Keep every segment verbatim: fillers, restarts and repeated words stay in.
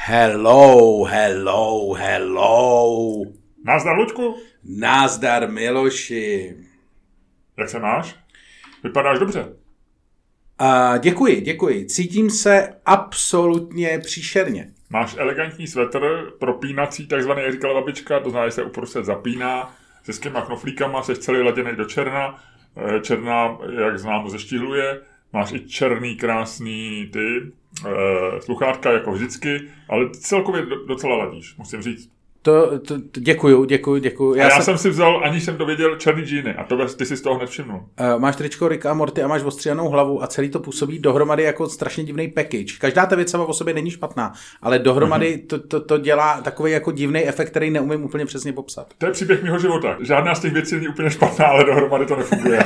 Hello, hello, hello. Názdar, Luďku. Názdar, Miloši. Jak se máš? Vypadáš dobře. Uh, děkuji, děkuji. Cítím se absolutně příšerně. Máš elegantní svetr, propínací, takzvaný, jak říkala babička, to znamená, že se uprostřed zapíná, se s těma knoflíkama, seš celý laděnej do černa, černá, jak znám, zeštihluje, máš i černý, krásný ty e, sluchátka, jako vždycky, ale celkově docela ladíš, musím říct. To, to, to děkuju, děkuju, děkuju. Já, já jsem... jsem si vzal, aniž jsem to věděl, černý džíny a to ty si z toho nevšimnul. Uh, máš tričko Ricka a Morty a máš ostříhanou hlavu a celý to působí dohromady jako strašně divný package. Každá ta věc sama o sobě není špatná, ale dohromady to, to, to dělá takový jako divný efekt, který neumím úplně přesně popsat. To je příběh mého života. Žádná z těch věcí není úplně špatná, ale dohromady to nefunguje.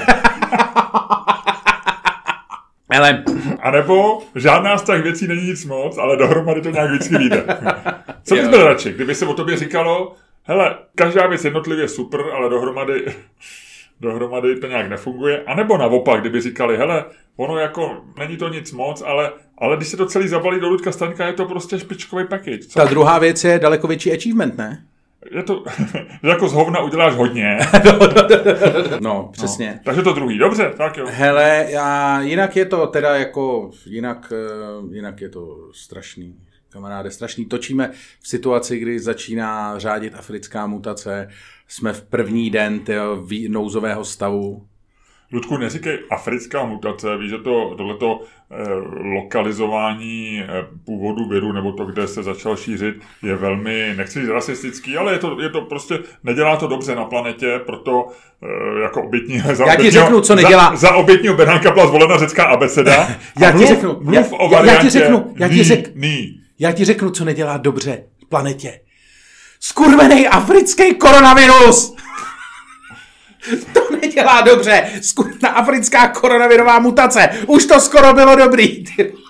Ale... A nebo žádná z těch věcí není nic moc, ale dohromady to nějak vždycky vyjde. Co bys byl radši, kdyby se o tobě říkalo, hele, každá věc jednotlivě super, ale dohromady, dohromady to nějak nefunguje. A nebo naopak, kdyby říkali, hele, ono jako není to nic moc, ale, ale když se to celý zabalí do Ludka Staňka, je to prostě špičkový package. Co? Ta druhá věc je daleko větší achievement, ne? Je to, že jako z hovna uděláš hodně. No, přesně. No, takže to druhý, dobře, tak jo. Hele, já, jinak je to teda jako, jinak, jinak je to strašný, kamaráde, strašný. Točíme v situaci, kdy začíná řádit africká mutace, jsme v první den tyjo, nouzového stavu. Ludku, neříkej africká mutace, víš, že to tohleto eh, lokalizování eh, původu viru, nebo to, kde se začal šířit, je velmi, nechci říct rasistický, ale je to, je to prostě, nedělá to dobře na planetě, proto eh, jako obětní, za já ti řeknu, co nedělá. Za, za obětního beránka byla zvolena řecká abeceda. já ti řeknu, mluv já, o variantě já ti řeknu, já ti, řek, ní. já ti řeknu, co nedělá dobře planetě. Skurvený africký koronavirus! To nedělá dobře. Skurvená africká koronavirová mutace. Už to skoro bylo dobrý.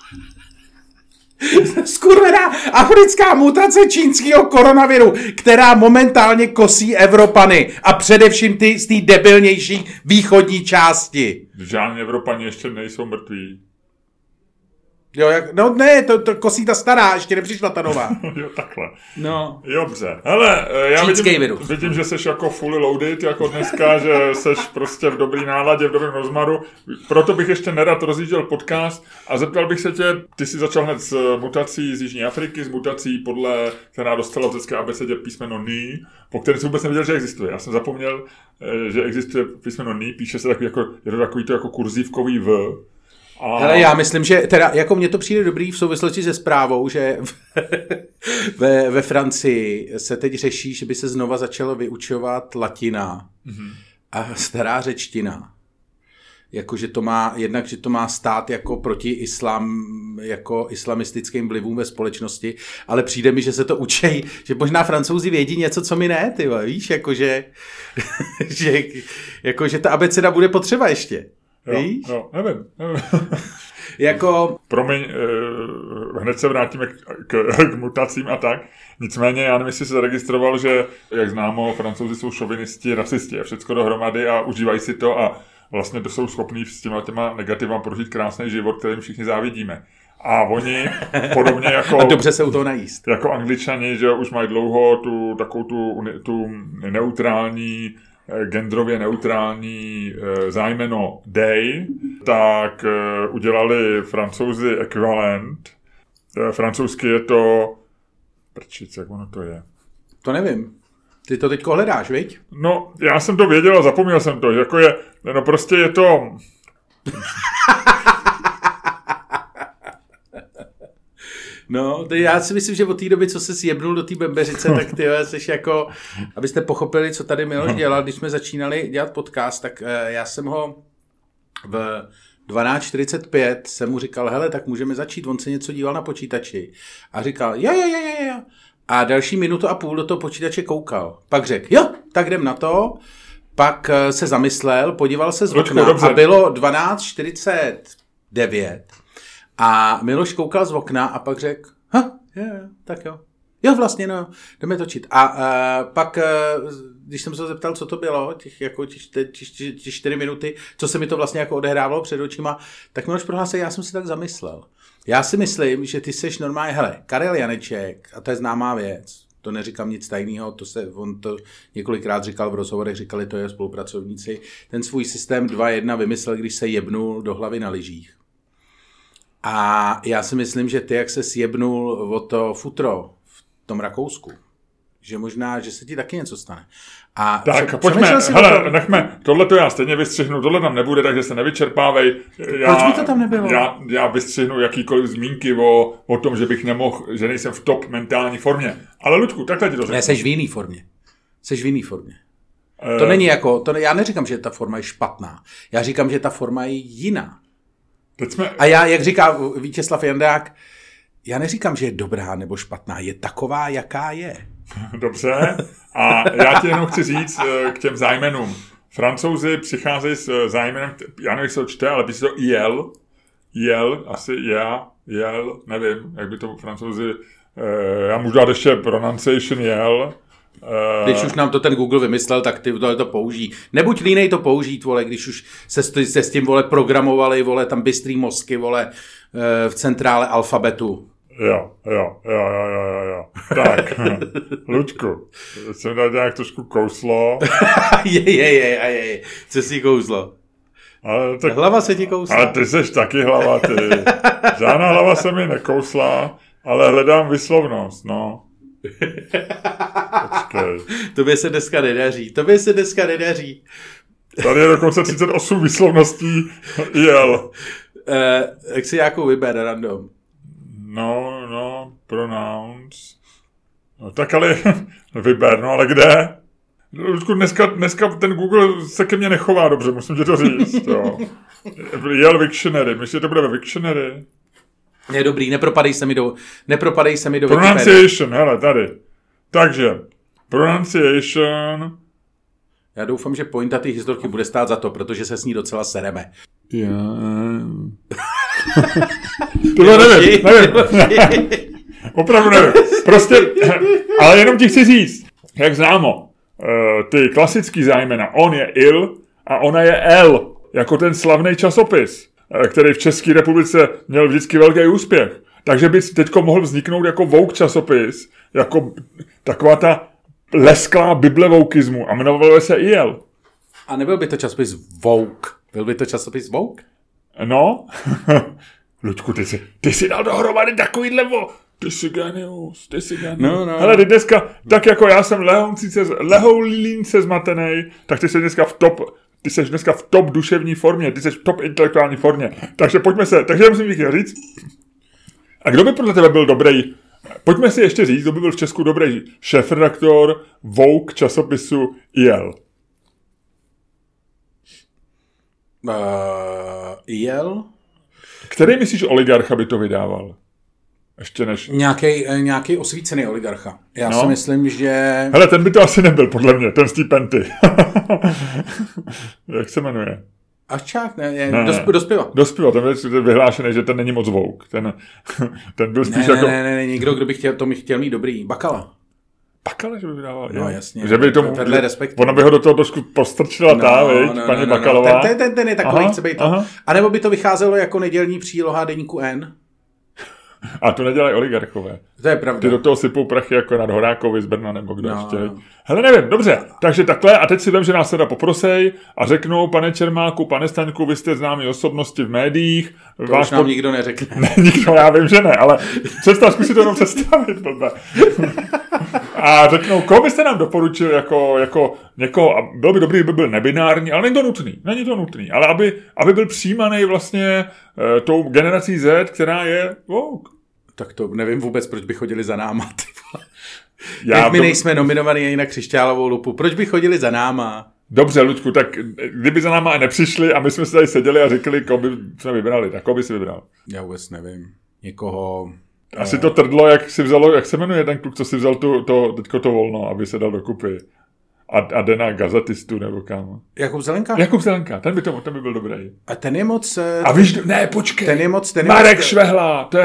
Skurvená africká mutace čínského koronaviru, která momentálně kosí Evropany a především ty z té debilnější východní části. Žádní Evropani ještě nejsou mrtví. Jo, jak, no ne, to, to kosí ta stará, ještě nepřišla ta nová. Jo, takhle. No. Dobře. Hele, já vidím, vidím, že seš jako fully loaded, jako dneska, že seš prostě v dobrý náladě, v dobrém rozmaru. Proto bych ještě nerad rozjížděl podcast a zeptal bych se tě, ty jsi začal hned s mutací z Jižní Afriky, s mutací podle, která dostala v řecké abecedě písmeno Ní, po kterém jsem vůbec nevěděl, že existuje. Já jsem zapomněl, že existuje písmeno Ní, píše se takový, jako, je to takový to jako kurzívkový V. A... Hele, já myslím, že teda, jako mně to přijde dobrý v souvislosti se zprávou, že ve, ve Francii se teď řeší, že by se znova začalo vyučovat latina mm-hmm. a stará řečtina. Jakože to má, jednak, že to má stát jako proti islám, jako islamistickým vlivům ve společnosti, ale přijde mi, že se to učí, že možná Francouzi vědí něco, co my ne, ty víš, jakože, že, jakože ta abeceda bude potřeba ještě. Jo, jo, nevím, nevím. Jako... Promiň, hned se vrátíme k, k, k mutacím a tak. Nicméně, já nevím, jestli se zaregistroval, že, jak známo, Francouzi jsou šovinisti, rasisti a všecko dohromady a užívají si to a vlastně to jsou schopní s těma, těma negativama prožít krásný život, kterým všichni závidíme. A oni podobně jako... A dobře se u toho najíst. Jako Angličani, že už mají dlouho tu takovou tu, tu neutrální genderově neutrální e, zájmeno day, tak e, udělali Francouzi ekvivalent. E, francouzsky je to... Prčic, jak ono to je? To nevím. Ty to teďko hledáš, viď? No, já jsem to věděl a zapomněl jsem to. Jako je, no prostě je to... No, já si myslím, že od té doby, co se sjebnul do té bembeřice, tak ty jsi jako, abyste pochopili, co tady Miloš dělal, když jsme začínali dělat podcast, tak já jsem ho v dvanáct čtyřicet pět jsem mu říkal, hele, tak můžeme začít, on se něco díval na počítači a říkal, jo, jo, jo, jo, jo. A další minutu a půl do toho počítače koukal. Pak řekl, jo, tak jdem na to. Pak se zamyslel, podíval se z okna a bylo dvanáct čtyřicet devět. A Miloš koukal z okna a pak řekl, ha, jo, jo, tak jo. Jo, vlastně, no, jdeme točit. A uh, pak, uh, když jsem se zeptal, co to bylo, těch, jako, těch, těch, těch, těch čtyři minuty, co se mi to vlastně jako odehrávalo před očima, tak Miloš prohlásil, já jsem si tak zamyslel. Já si myslím, že ty seš normálně, hele, Karel Janeček, a to je známá věc, to neříkám nic tajného, to se, on to několikrát říkal v rozhovorech, říkali to je spolupracovníci, ten svůj systém dva jedna vymyslel, když se jebnul do hlavy na lyžích. A já si myslím, že ty, jak se sjebnul o to futro v tom Rakousku, že možná, že se ti taky něco stane. A tak, co, pojďme, hele, to... nechme, tohle to já stejně vystřihnu, tohle tam nebude, takže se nevyčerpávej. Já, Proč by to tam nebylo? Já, já vystřihnu jakýkoliv zmínky o, o tom, že bych nemohl, že nejsem v top mentální formě. Ale Luďku, takhle ti to řeknu. Ne, seš v jiný formě. Seš v jiný formě. Uh... To není jako, to, já neříkám, že ta forma je špatná. Já říkám, že ta forma je jiná. Teď jsme... A já, jak říká Vítězslav Jandák, já neříkám, že je dobrá nebo špatná, je taková, jaká je. Dobře. A já ti jenom chci říct k těm zájmenům. Francouzi přicházejí s zájmenem, já nevím, jak se to čte, ale píše to I L. I L, asi já, I L, nevím, jak by to Francouzi, já můžu dát ještě pronunciation I L. Když už nám to ten Google vymyslel, tak ty to použijí. Nebuď línej to použít, vole, když už se, se s tím, vole, programovali, vole, tam bystrý mozky, vole, v centrále alfabetu. Jo, jo, jo, jo, jo, jo. Tak, Luďku, jsem dal nějak trošku kouslo. je, je, je, je, je, co si kouslo? Ale tak, hlava se ti kousla. Ale ty seš taky hlava, ty. Žádná hlava se mi nekousla, ale hledám vyslovnost, no. Počkej. Tobě se dneska nedaří, tobě se dneska nedaří. Tady je dokonce třicet osm výslovností I L. Uh, jak si nějakou vyber, random. No, no, pronouns. No tak ale vyber, no ale kde? Ludku, dneska, dneska ten Google se ke mně nechová dobře, musím ti to říct, jo. Jel Wiktionary, myslíš, že to bude ve Wiktionary? Je dobrý, nepropadej se mi do, nepropadej se mi do Pronunciation, hele, tady. Takže, pronunciation. Já doufám, že pointa té historky bude stát za to, protože se s ní docela sereme. Já... Tohle nevím, nevím. Opravdu nevím. Prostě, ale jenom ti chci říct, jak známo, ty klasický zájmena, on je il a ona je L, jako ten slavný časopis, který v České republice měl vždycky velký úspěch. Takže by teďko mohl vzniknout jako Vogue časopis, jako taková ta lesklá bible voukismu a jmenoval se I L. A nebyl by to časopis Vogue? Byl by to časopis Vogue? No. Luďku, ty jsi, ty jsi dal dohromady takovýhle vo... Ty jsi genius, ty jsi genius. No, no. Hele, ty dneska, tak jako já jsem lehoulínce zmatenej, tak ty jsi dneska v top, ty jsi dneska v top duševní formě, ty jsi v top intelektuální formě. Takže pojďme se, takže já musím chtěl říct. A kdo by podle tebe byl dobrý, pojďme si ještě říct, kdo by byl v Česku dobrý šéfredaktor Vogue časopisu I L. Uh, I L? Který myslíš oligarcha by to vydával? Ještě než... Nějaký, nějaký osvícený oligarcha. Já no. si myslím, že... Hele, ten by to asi nebyl, podle mě, ten z té Penty. Jak se jmenuje? Aščák, ne, ne, ne. Dosp, dospěva. Dospěva, ten je vyhlášený, že ten není moc Vogue. Ten, ten byl spíš ne, jako... Ne, ne, ne, někdo, kdo by chtěl, to mi chtěl mít dobrý. Bakala. Bakala, že by vydával? No, jasně. Že by tomu, že, ona by ho do toho trošku postrčila no, ta, viď, no, paní no, no, Bakalová. No. Ten, ten, ten je takový, aha, chce být to. A nebo by to vycházelo jako nedělní příloha deníku N. A to nedělají oligarchové. To je pravda. Ty do toho sypou prachy jako nad Horákovi z Brna nebo kdo no. ještě. Hele, nevím, dobře, takže takhle a teď si vím, že nás teda poprosej a řeknou, pane Čermáku, pane Staňku, vy jste známí osobnosti v médiích. To váš už nám pod... nikdo neřekne. Ne, nikdo, já vím, že ne, ale představ, zkusit to jenom představit, blbé. A řeknou, koho byste nám doporučil jako, jako někoho, a bylo by dobrý, kdyby byl nebinární, ale není to nutný, není to nutný, ale aby, aby byl přijímaný vlastně e, tou generací Z, která je Vogue. Tak to nevím vůbec, proč by chodili za náma. Já Jak my to... nejsme nominovaní ani na křišťálovou lupu, proč by chodili za náma? Dobře, Luďku, tak kdyby za náma nepřišli a my jsme se tady seděli a řekli, koho by jsme vybrali, tak koho by si vybral? Já vůbec nevím. Někoho... Asi to trdlo, jak si vzalo, jak se jmenuje ten kluk, co si vzal tu, to, teďko to volno, aby se dal dokupy. A, a jde na gazetistu, nebo kam. Jakub Zelenka? Jakub Zelenka, ten by, to, ten by byl dobrý. A ten je moc... A víš, ne, počkej. Ten je moc... Ten je Marek moc... Švehla, to je,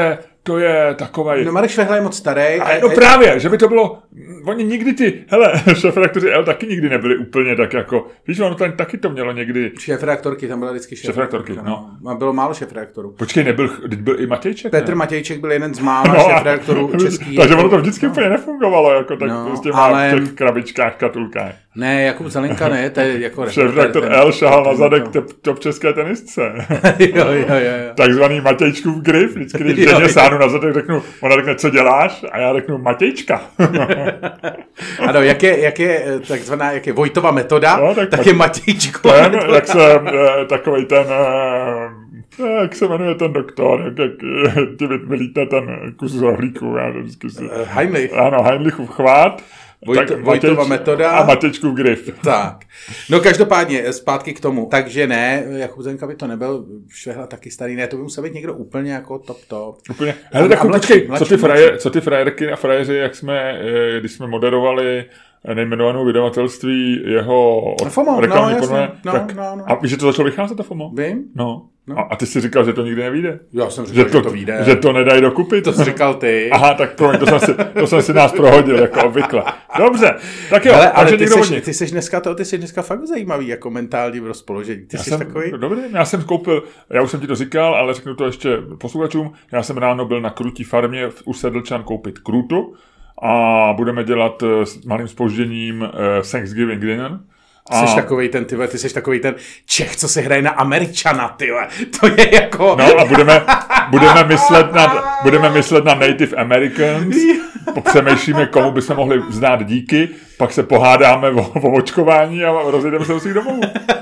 to je takovej... No Marek Švehla je moc starý. A, no právě, že by to bylo... Oni nikdy ty... Hele, šéfredaktoři L taky nikdy nebyli úplně tak jako... Víš, ono tam taky to mělo někdy... Šéfredaktorky, tam byla vždycky šéfredaktorky. no. no. Bylo málo šéfredaktorů. Počkej, nebyl... Teď byl i Matějček, Petr ne? Matějček byl jeden z mála no, šéfredaktorů českých. Takže ono to vždycky no. úplně nefungovalo, jako tak no, prostě ale... v těch krabičkách, katulkách. Ne, Jakub Zelenka ne, to je jako... Šéfredaktor L šahal na zadek top české tenistce. jo, jo, jo, jo. Takzvaný Matějčkův grif, vždycky, když ženě sáhnu na zadek, řeknu, ona řekne, co děláš? A já řeknu, Matějčka. Ano, jak je, jak je takzvaná, jak je Vojtova metoda, no, tak, tak je Matějčkova ten, metoda. Jak se, takovej ten, jak se jmenuje ten doktor, jak, jak ti vylítne ten kus z rohlíku. Já vždycky si... Heimlich. Ano, Heimlichův chvát. Vojt, Vojtova Matějč, metoda. A Matějčkův grif. Tak. No každopádně, zpátky k tomu. Takže ne, Jakub Zelenka by to nebyl, Švehla taky starý, ne, to by musel být někdo úplně jako top top. Úplně. Hele, tak počkej, co ty, frajer, co ty frajerky a frajeři, jak jsme, když jsme moderovali nejmenovanou vydavatelství jeho FOMO, reklamní no, podle, no, tak, no, no. A víš, že to začalo vycházet, ta FOMO? Vím. No. No. A, a ty jsi říkal, že to nikdy nevyjde? Já jsem říkal, že to, že to vyjde. Že to nedají dokupit? To jsi říkal ty. Aha, tak promiň, to jsem si, to jsem si nás prohodil, jako obvykle. Dobře, tak jo. Ale, ale ty, seš, ty jsi dneska to, ty jsi dneska fakt zajímavý, jako mentální v rozpoložení. Ty já jsi jsem, takový? Dobrý, já jsem koupil, já už jsem ti to říkal, ale řeknu to ještě posluchačům, já jsem ráno byl na Krutí farmě u Sedlčan koupit krutu a budeme dělat s malým zpožděním Thanksgiving dinner. Ty jsi takovej ten, tyhle, ty jsi takovej ten Čech, co se hraje na Američana, tyhle. To je jako... No a budeme, budeme, myslet na, budeme myslet na Native Americans, popřemýšlíme, komu bychom mohli vzdát díky, pak se pohádáme o, o očkování a rozjedeme se do svých domovů.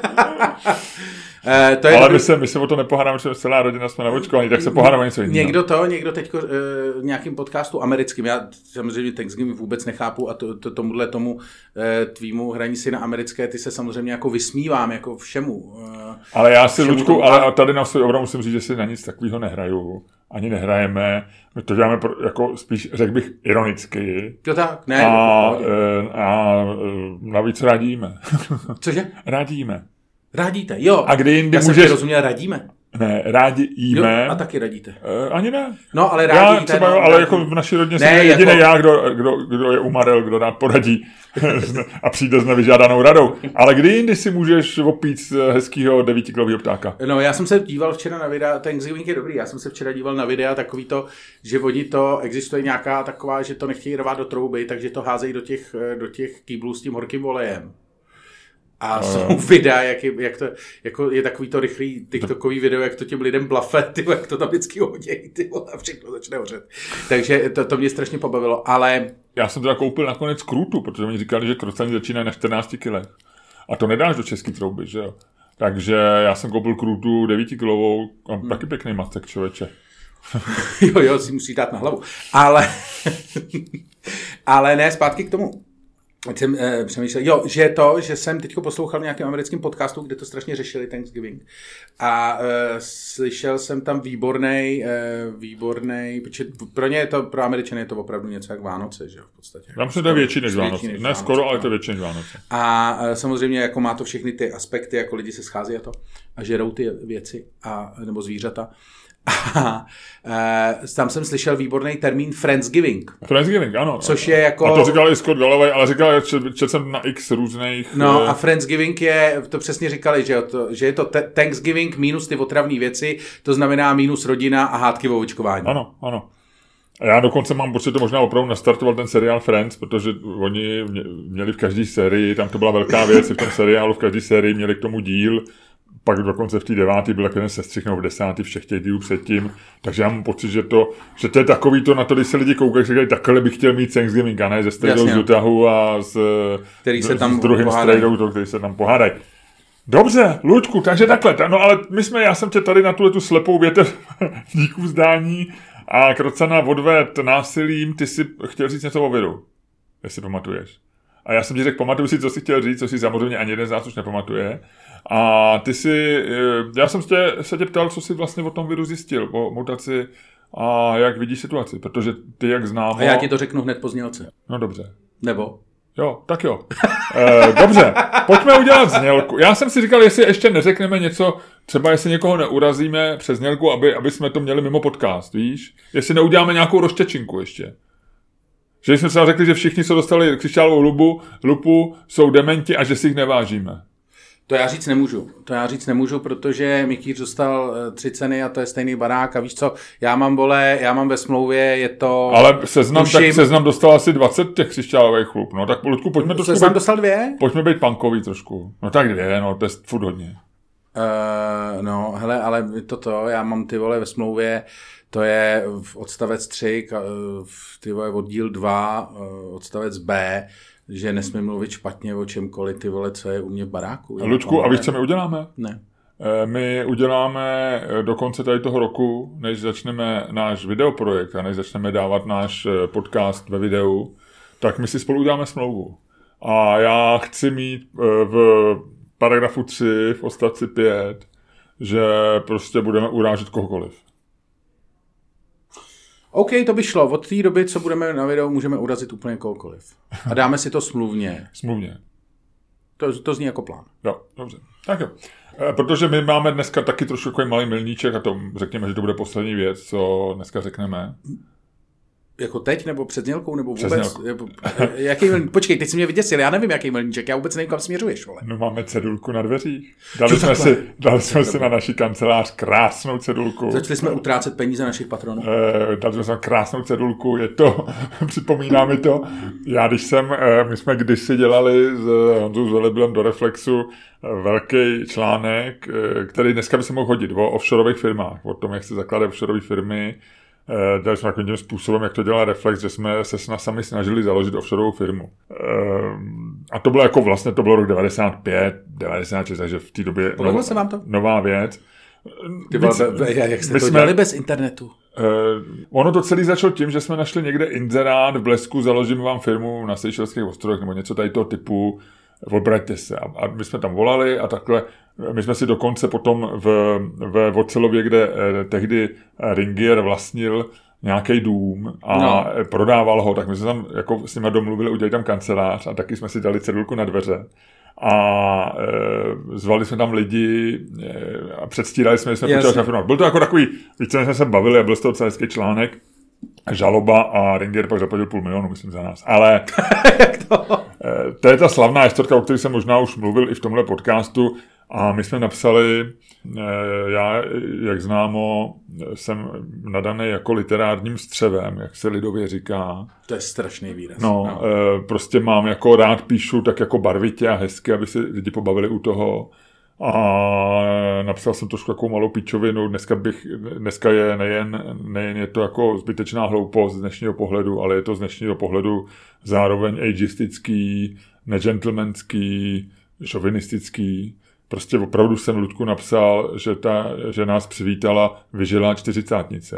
Uh, to je ale my se, my se o to nepohádáme, že celá rodina jsme naočkovaní, tak se pohádáme něco jiného. Někdo to, někdo teďko uh, v nějakým podcastu americkým, já samozřejmě Thanksgiving vůbec nechápu a to, to, tomuhle tomu uh, tvýmu hraní si na americké, ty se samozřejmě jako vysmívám, jako všemu. Uh, ale já si, Luďku, ale tady na svůj obraz musím říct, že si na nic takového nehraju, ani nehrajeme, my to děláme pro, jako spíš, řekl bych, ironicky. To tak, ne. A, a, a navíc radíme. Cože? Radíme. Rádíte, jo. A kdy jindy já jsem můžeš... ti rozuměl, radíme. Ne, rádi jíme. Jo, a taky radíte. Uh, ani ne. No, ale rádíte. Já třeba, no, ale rádí. jako v naší rodině ne, jsem jediný jako... já, kdo, kdo, kdo je umarel, kdo rád poradí a přijde s nevyžádanou radou. Ale kdy jindy si můžeš opít hezkýho devítikilového ptáka? No, já jsem se díval včera na videa, Thanksgiving je dobrý, já jsem se včera díval na videa takový to, že oni to, existuje nějaká taková, že to nechtějí rvát do trouby, takže to házejí do těch, do těch kýblů s tím horkým olejem. A no, jsou videa, jak je, jak to, jako je takový to rychlý tiktokový video, jak to těm lidem blafe, ty, jak to tam vždycky hodějí, ty, a všechno začne hořet. Takže to, to mě strašně pobavilo, ale... Já jsem teda koupil nakonec krůtu, protože oni říkali, že krocani začínají na čtrnácti kilech. A to nedáš do český trouby, že jo? Takže já jsem koupil krůtu devítikilovou a hmm. taky pěkný macek, člověče. jo, jo, si musí dát na hlavu. Ale, ale ne, zpátky k tomu. Jsem eh, přemýšlel, jo, že to, že jsem teďko poslouchal v nějakém americkém podcastu, kde to strašně řešili Thanksgiving a eh, slyšel jsem tam výbornej, eh, výbornej, protože pro ně je to, pro Američany je to opravdu něco jak Vánoce, že jo, v podstatě. Tam se to je větší než Vánoce, ne Vánoce, skoro, ale to je větší než Vánoce. A eh, samozřejmě jako má to všechny ty aspekty, jako lidi se schází a to a žerou ty věci, a, nebo zvířata. A e, tam jsem slyšel výborný termín Friendsgiving. Friendsgiving, ano. Což je jako... A to říkal i Scott Galloway, ale říkal, že jsem na x různých... No a Friendsgiving je, to přesně říkali, že, to, že je to te- Thanksgiving minus ty otravné věci, to znamená minus rodina a hádky o očkování. Ano, ano. A já dokonce mám pocit, že to možná opravdu nastartoval ten seriál Friends, protože oni měli v každé sérii, tam to byla velká věc, v tom seriálu v každé sérii měli k tomu díl, pak dokonce v té devátý byl jeden sestřihnou v desátý všech těch dílů předtím, takže já mám pocit, že to, že to je takový to, na to, když se lidi koukají, říkají, takhle bych chtěl mít Thanksgiving, a ne ze strejdou z Utahu a s, který se tam s druhým strejdou, který se tam pohádají. Dobře, Luďku, takže takhle, no ale my jsme, já jsem tě tady na tuhle tu slepou větev díků vzdání a Krocana odved násilím, ty si chtěl říct něco o viru, jestli pamatuješ. A já jsem ti řekl, pamatuju si, co jsi chtěl říct, co si samozřejmě ani jeden z nás už nepamatuje. A ty si, já jsem tě, se tě ptal, co jsi vlastně o tom viru zjistil, o mutaci a jak vidíš situaci, protože ty jak známo... A já ti to řeknu hned po znělce. No dobře. Nebo? Jo, tak jo. E, dobře, pojďme udělat znělku. Já jsem si říkal, jestli ještě neřekneme něco třeba jestli někoho neurazíme přes nělku, aby, aby jsme to měli mimo podcast, víš? Jestli neuděláme nějakou roštěčinku ještě. Že jsme třeba řekli, že všichni, co dostali křišťálovou lupu, lupu, jsou dementi a že si jich nevážíme. To já říct nemůžu. To já říct nemůžu, protože Mikýř dostal tři ceny a to je stejný barák a víš co, já mám, vole, já mám ve smlouvě, je to... Ale Seznam, tak Seznam dostal asi dvacet těch křišťálových lup, no tak Ludku, pojďme trošku... Seznam být, dostal dvě? Pojďme být punkový trošku. No tak dvě, no to je furt hodně. Uh, no, hele, ale toto, já mám ty vole ve smlouvě, to je v odstavec tři, v ty vole oddíl dva, odstavec B, že nesmím mluvit špatně o čemkoliv, ty vole, co je u mě v baráku. Ludku, a víš, co my uděláme? Ne. My uděláme do konce tady toho roku, než začneme náš videoprojekt a než začneme dávat náš podcast ve videu, tak my si spolu uděláme smlouvu. A já chci mít v paragrafu tři, v odstavci pět, že prostě budeme urážet kohokoliv. OK, to by šlo. Od té doby, co budeme na videu, můžeme urazit úplně kohokoliv. A dáme si to smluvně. Smluvně. To, to zní jako plán. Jo, dobře. Tak jo. E, protože my máme dneska taky trošku takový malý milníček a to řekněme, že to bude poslední věc, co dneska řekneme. Jako teď, nebo před znělkou, nebo vůbec? Jaký milníček? Počkej, teď jsi mě vyděsil, já nevím, jaký milníček, já vůbec nevím, kam směřuješ, vole. No máme cedulku na dveřích. Dali jsme, si, dali jsme si na naší kancelář krásnou cedulku. Začali jsme utrácet peníze našich patronů. E, dali jsme si krásnou cedulku, je to, připomíná mi to, já když jsem, e, my jsme kdysi dělali s Honzou Zvelebylem do Reflexu velký článek, e, který dneska by se mohl hodit o offshoreových firmách, o tom, jak se zakládají offshoreové firmy. Dali jsme takovým způsobem, jak to dělá Reflex, že jsme se sami snažili založit offshoreovou firmu. A to bylo jako vlastně, to bylo rok devadesát pět, devadesát šest, takže v té době Povedlo no, se vám to? Nová věc. Ty byla, jak jste to jsme, dělali bez internetu? Uh, ono to celé začalo tím, že jsme našli někde inzerát v Blesku, založíme vám firmu na Seychelských ostrovech nebo něco tady toho typu, obraťte se. A, a my jsme tam volali a takhle. My jsme si dokonce potom v, v Vocelově, kde eh, tehdy Ringier vlastnil nějaký dům a no. prodával ho, tak my jsme tam jako s nimi domluvili, udělali tam kancelář a taky jsme si dali cedulku na dveře. A e, zvali jsme tam lidi e, a předstírali jsme, že jsme počítali na firmu. Byl to jako takový, více než jsme se bavili a byl z toho celý článek, žaloba a Ringier pak zaplatil půl milionu, myslím, za nás. Ale jak to? E, to je ta slavná historka, o které jsem možná už mluvil i v tomhle podcastu. A my jsme napsali, já, jak známo, jsem nadaný jako literárním střevem, jak se lidově říká. To je strašný výraz. No, no. Prostě mám jako rád píšu tak jako barvitě a hezky, aby se lidi pobavili u toho. A napsal jsem trošku takovou malou píčovinu. Dneska, bych, dneska je nejen, nejen je to jako zbytečná hloupost z dnešního pohledu, ale je to z dnešního pohledu zároveň ageistický, negentlemanský, šovinistický. Prostě opravdu jsem Ludku napsal, že, ta, že nás přivítala vyžilá čtyřicátnice.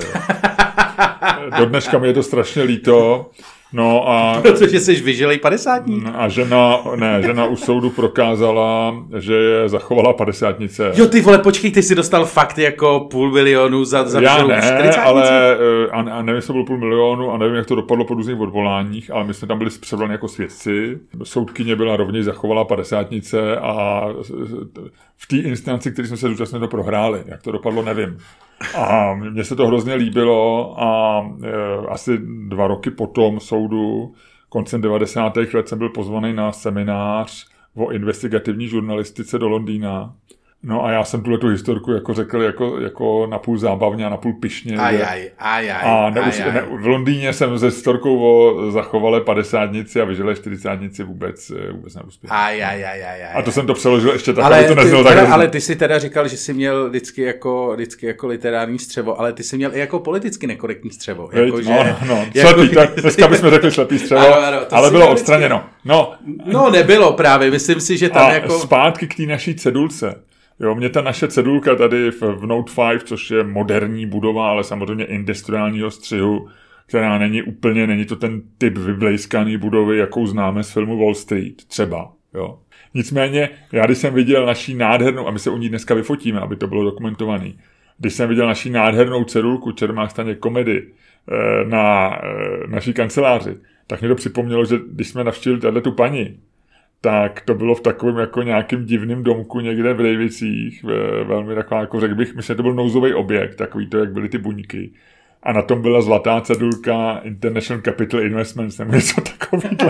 Do dneška mi je to strašně líto. No a... Protože jsi vyžilej padesátník. A žena, ne, žena u soudu prokázala, že je zachovala padesátnice. Jo, ty vole, počkej, ty jsi dostal fakt jako půl milionu za, za Já ne, čtyřicátnice? Ale a, a nevím, jestli to bylo půl milionu a nevím, jak to dopadlo po různých odvoláních, ale my jsme tam byli převolaní jako svědci. Soudkyně byla rovněž zachovala padesátnice a v té instanci, který jsme se zúčastnili, to prohráli. Jak to dopadlo, nevím. A mně se to hrozně líbilo a e, asi dva roky potom soudu, koncem devadesátých let, jsem byl pozvaný na seminář o investigativní žurnalistice do Londýna. No a já jsem tuhle tu historku jako řekl jako, jako napůl zábavně a napůl pyšně. Ajaj, ajaj, a neus, ne, v Londýně jsem se historkou o zachovalé padesátnici a vyžilé čtyřicátnici vůbec, vůbec neuspěl. Ajaj, ajaj, a to jsem to přeložil ještě tak, ale aby to neznělo tak. Ale ty si teda říkal, že jsi měl vždycky jako, vždycky jako literární střevo, ale ty jsi měl i jako politicky nekorektní střevo. Jako, že, no, no, jako, slepý, tak dneska bychom řekli slepý střevo, ano, ano, ale bylo odstraněno. No. no nebylo právě, myslím si, že tam a jako... zpátky k té naší cedulce. Jo, mě ta naše cedulka tady v, v Note pět, což je moderní budova, ale samozřejmě industriálního střihu, která není úplně, není to ten typ vyblejskaný budovy, jakou známe z filmu Wall Street, třeba, jo. Nicméně, já když jsem viděl naší nádhernou, a my se u ní dneska vyfotíme, aby to bylo dokumentovaný, když jsem viděl naší nádhernou cedulku Čermák Staněk Komedy na naší kanceláři, tak mě to připomnělo, že když jsme navštívili tato tu paní, tak to bylo v takovém jako nějakým divným domku někde v Dejvicích, velmi taková, jako řekl bych, myslím, že to byl nouzový objekt, takový to, jak byly ty buňky. A na tom byla zlatá cedulka International Capital Investments, nebo něco takového.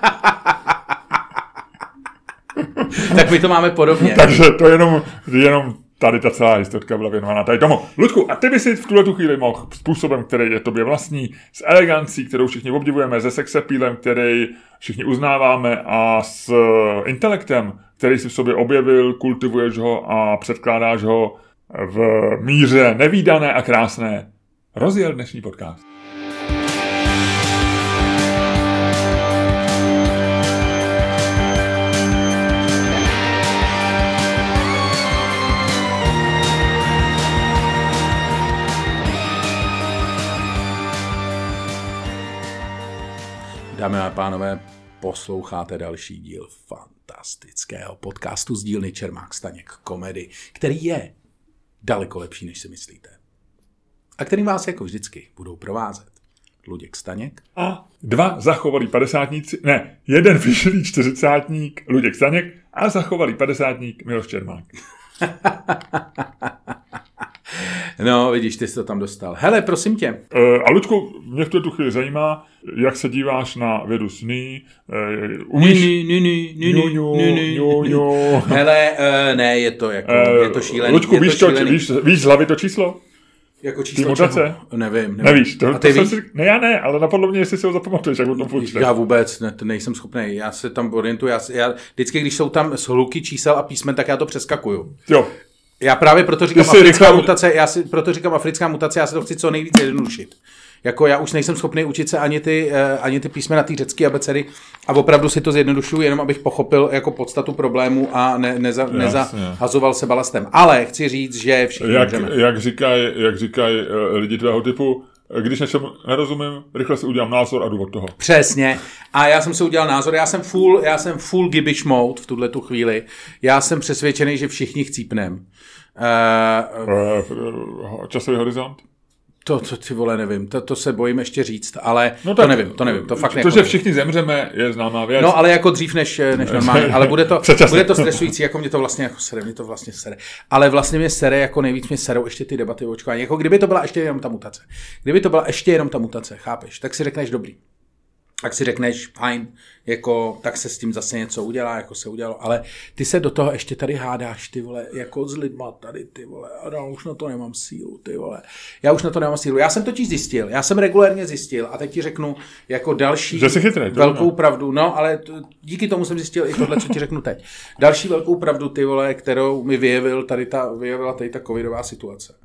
Tak my to máme podobně. Takže to jenom, jenom tady ta celá historka byla věnovaná tady tomu. Ludku, a ty by si v tuhle tu chvíli mohl způsobem, který je tobě vlastní, s elegancí, kterou všichni obdivujeme, se sexapílem, který všichni uznáváme a s intelektem, který si v sobě objevil, kultivuješ ho a předkládáš ho v míře nevídané a krásné, rozjel dnešní podcast. Dámy a pánové, posloucháte další díl fantastického podcastu z dílny Čermák Staněk Komedy, který je daleko lepší, než si myslíte. A který vás jako vždycky budou provázet Luděk Staněk a dva zachovalí padesátníci, ne, jeden vyšilý čtyřicátník Luděk Staněk a zachovalý padesátník Miloš Čermák. No, vidíš, ty jsi to tam dostal. Hele, prosím tě. Uh, a Luďku, mě v tu chvíli zajímá, jak se díváš na vědu sny. Uh, umíš... Ni, ni, ni, ni, ni, ni, ni, ni. Hele, uh, ne, je to jako, uh, je to šílený. Luďku, víš, to to, víš, víš z hlavy to číslo? Jako číslo čeho? Nevím, nevím. Nevíš, to, a ty to víš? Si, ne, já ne, ale napadlo mě, jestli si ho zapamatuješ, jak o tom počteš. Já vůbec ne, nejsem schopný, já se tam orientuju, já, já vždycky, když jsou tam shluky čísel a písmen, tak já to přeskakuju. Jo. Já právě proto říkám africká rychle... mutace, já si proto říkám africká mutace, já se to chci co nejvíc jednodušit. Jako já už nejsem schopný učit se ani ty, ani ty písmena, ty řecké abecedy a opravdu si to zjednodušuju, jenom abych pochopil jako podstatu problému a ne, neza, nezahazoval se balastem. Ale chci říct, že všichni jak, jak říkají jak říkaj lidi tvého typu, když něčemu nerozumím, rychle si udělám názor a jdu od toho. Přesně. A já jsem si udělal názor, já jsem full, já jsem full gibberish mode v tuhle tu chvíli. Já jsem přesvědčený, že všichni chcípnem. Uh, Časový horizont? To, to ty vole, nevím, to, to se bojím ještě říct, ale no tak, to nevím, to nevím, to fakt To, jako že všichni zemřeme, je známá věc. No, ale jako dřív než, než normálně, ale bude to, bude to stresující, jako mě to vlastně jako sere, mě to vlastně sere. Ale vlastně mě sere, jako nejvíc mě serou ještě ty debaty o očkování, jako kdyby to byla ještě jenom ta mutace. Kdyby to byla ještě jenom ta mutace, chápeš, tak si řekneš dobrý. Tak si řekneš, fajn, jako, tak se s tím zase něco udělá, jako se udělalo, ale ty se do toho ještě tady hádáš, ty vole, jako s lidma tady, ty vole, a já už na to nemám sílu, ty vole, já už na to nemám sílu. Já jsem totiž zjistil, já jsem regulérně zjistil a teď ti řeknu jako další že jsi chytrý, velkou ne? pravdu, no, ale t- díky tomu jsem zjistil i tohle, co ti řeknu teď. Další velkou pravdu, ty vole, kterou mi vyjevil tady ta, vyjevila tady ta covidová situace.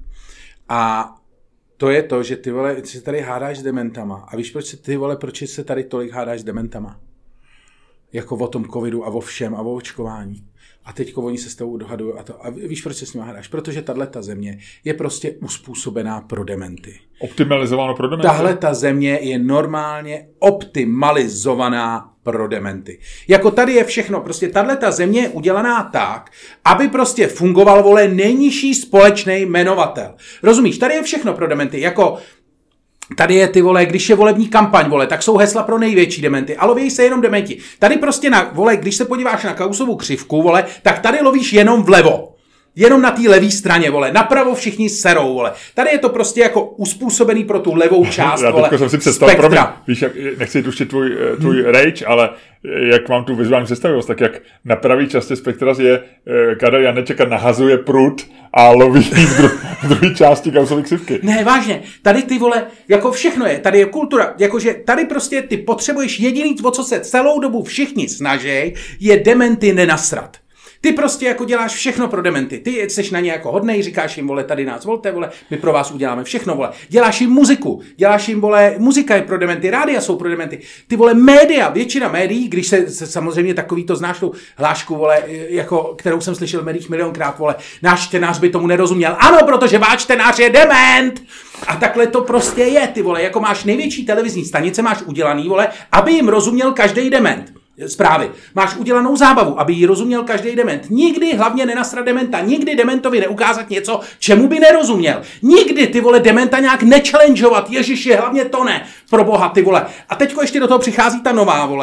A to je to, že ty vole, ty se tady hádáš s dementama. A víš, proč se ty vole, proč se tady tolik hádáš s dementama? Jako o tom covidu a o všem a o očkování. A teďko oni se s tebou dohadují a to. A víš, proč se s nimi hádáš? Protože tahleta země je prostě uspůsobená pro dementy. Optimalizováno pro dementy? Tahleta země je normálně optimalizovaná pro dementy. Jako tady je všechno, prostě tahleta země je udělaná tak, aby prostě fungoval, vole, nejnižší společný jmenovatel. Rozumíš? Tady je všechno pro dementy. Jako tady je, ty vole, když je volební kampaň, vole, tak jsou hesla pro největší dementy a loví se jenom dementi. Tady prostě na, vole, když se podíváš na Kausovou křivku, vole, tak tady lovíš jenom vlevo. Jenom na té levé straně, vole. Napravo všichni serou, vole. Tady je to prostě jako uspůsobený pro tu levou část, já vole, jsem si představil, promiň, víš, jak, nechci tušit tvůj, tvůj hmm. rage, ale jak mám tu vizuální představivost, tak jak na pravý části spektra je Karel Janeček a nahazuje prut a loví v, dru, v druhé části Kausovy křivky. Ne, vážně, tady ty vole, jako všechno je, tady je kultura, jakože tady prostě ty potřebuješ jediný, o co se celou dobu všichni snaží, je dementy nenasrat. Ty prostě jako děláš všechno pro dementy. Ty jsi na ně jako hodnej, říkáš jim, vole, tady nás volte, vole, my pro vás uděláme všechno, vole. Děláš jim muziku, děláš jim, vole, muzika je pro dementy, rádia jsou pro dementy. Ty, vole, média, většina médií, když se, se samozřejmě takový to znáš tu hlášku, vole, jako, kterou jsem slyšel v médiích milionkrát, vole, náš čtenář by tomu nerozuměl. Ano, protože váš čtenář je dement. A takhle to prostě je, ty vole, jako máš největší televizní stanice, máš udělaný, vole, aby jim rozuměl každý dement. Zprávy. Máš udělanou zábavu, aby jí rozuměl každý dement. Nikdy hlavně nenasrat dementa, nikdy dementovi neukázat něco, čemu by nerozuměl. Nikdy, ty vole, dementa nějak nechallengeovat, ježiši, hlavně to ne, pro boha, ty vole. A teďko ještě do toho přichází ta nová, vole,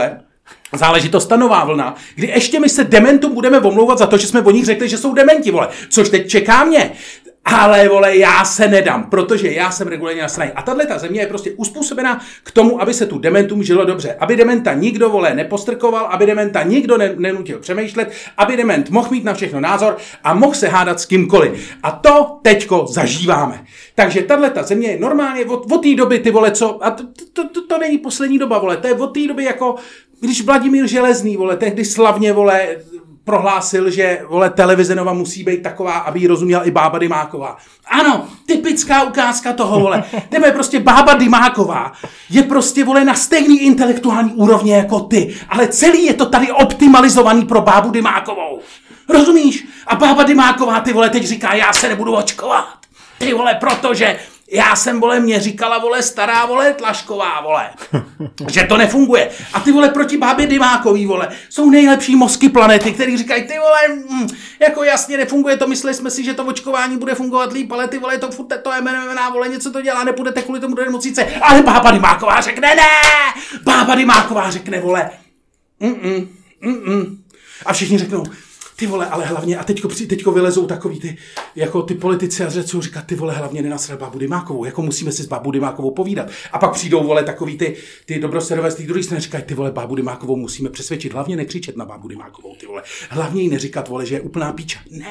záležitost ta nová vlna, kdy ještě my se dementům budeme omlouvat za to, že jsme o nich řekli, že jsou dementi, vole. Což teď čeká mě. Ale, vole, já se nedám, protože já jsem regulérně nasraný. A tahle ta země je prostě uspůsobená k tomu, aby se tu dementům žilo dobře. Aby dementa nikdo, vole, nepostrkoval, aby dementa nikdo ne- nenutil přemýšlet, aby dement mohl mít na všechno názor a mohl se hádat s kýmkoliv. A to teďko zažíváme. Takže tahle ta země je normálně od, od té doby, ty vole, co... A to, to, to, to není poslední doba, vole, to je od té doby jako... Když Vladimír Železný, vole, tehdy slavně, vole... prohlásil, že, vole, televize Nova musí být taková, aby ji rozuměla i Bába Dymáková. Ano, typická ukázka toho, vole. Tebe prostě Bába Dymáková je prostě, vole, na stejný intelektuální úrovni jako ty, ale celý je to tady optimalizovaný pro Bábu Dymákovou. Rozumíš? A Bába Dymáková, ty vole, teď říká, já se nebudu očkovat. Ty vole, protože já jsem, vole, mě říkala, vole, stará, vole, Tlašková, vole, že to nefunguje. A ty, vole, proti Bábě Dymákový, vole, jsou nejlepší mozky planety, který říkají, ty, vole, mm, jako jasně nefunguje to, mysleli jsme si, že to očkování bude fungovat líp, ale ty, vole, to furt to je jmenová, vole, něco to dělá, nepůjdete kvůli tomu do nemocnice. Ale Bába Dymáková řekne, ne, Bába Dymáková řekne, vole, mm, mm, mm. A všichni řeknou, ty vole, ale hlavně, a teďko, teďko vylezou takový ty, jako ty politici a řecou říkat, ty vole, hlavně nenasrat Bábu Dymákovou, jako musíme si s Bábou Dymákovou povídat. A pak přijdou, vole, takový ty, ty dobroserové z té druhé strany říkají, ty vole, Bábu Dymákovou musíme přesvědčit, hlavně nekřičet na Bábu Dymákovou, ty vole, hlavně jí neříkat, vole, že je úplná píča. Ne.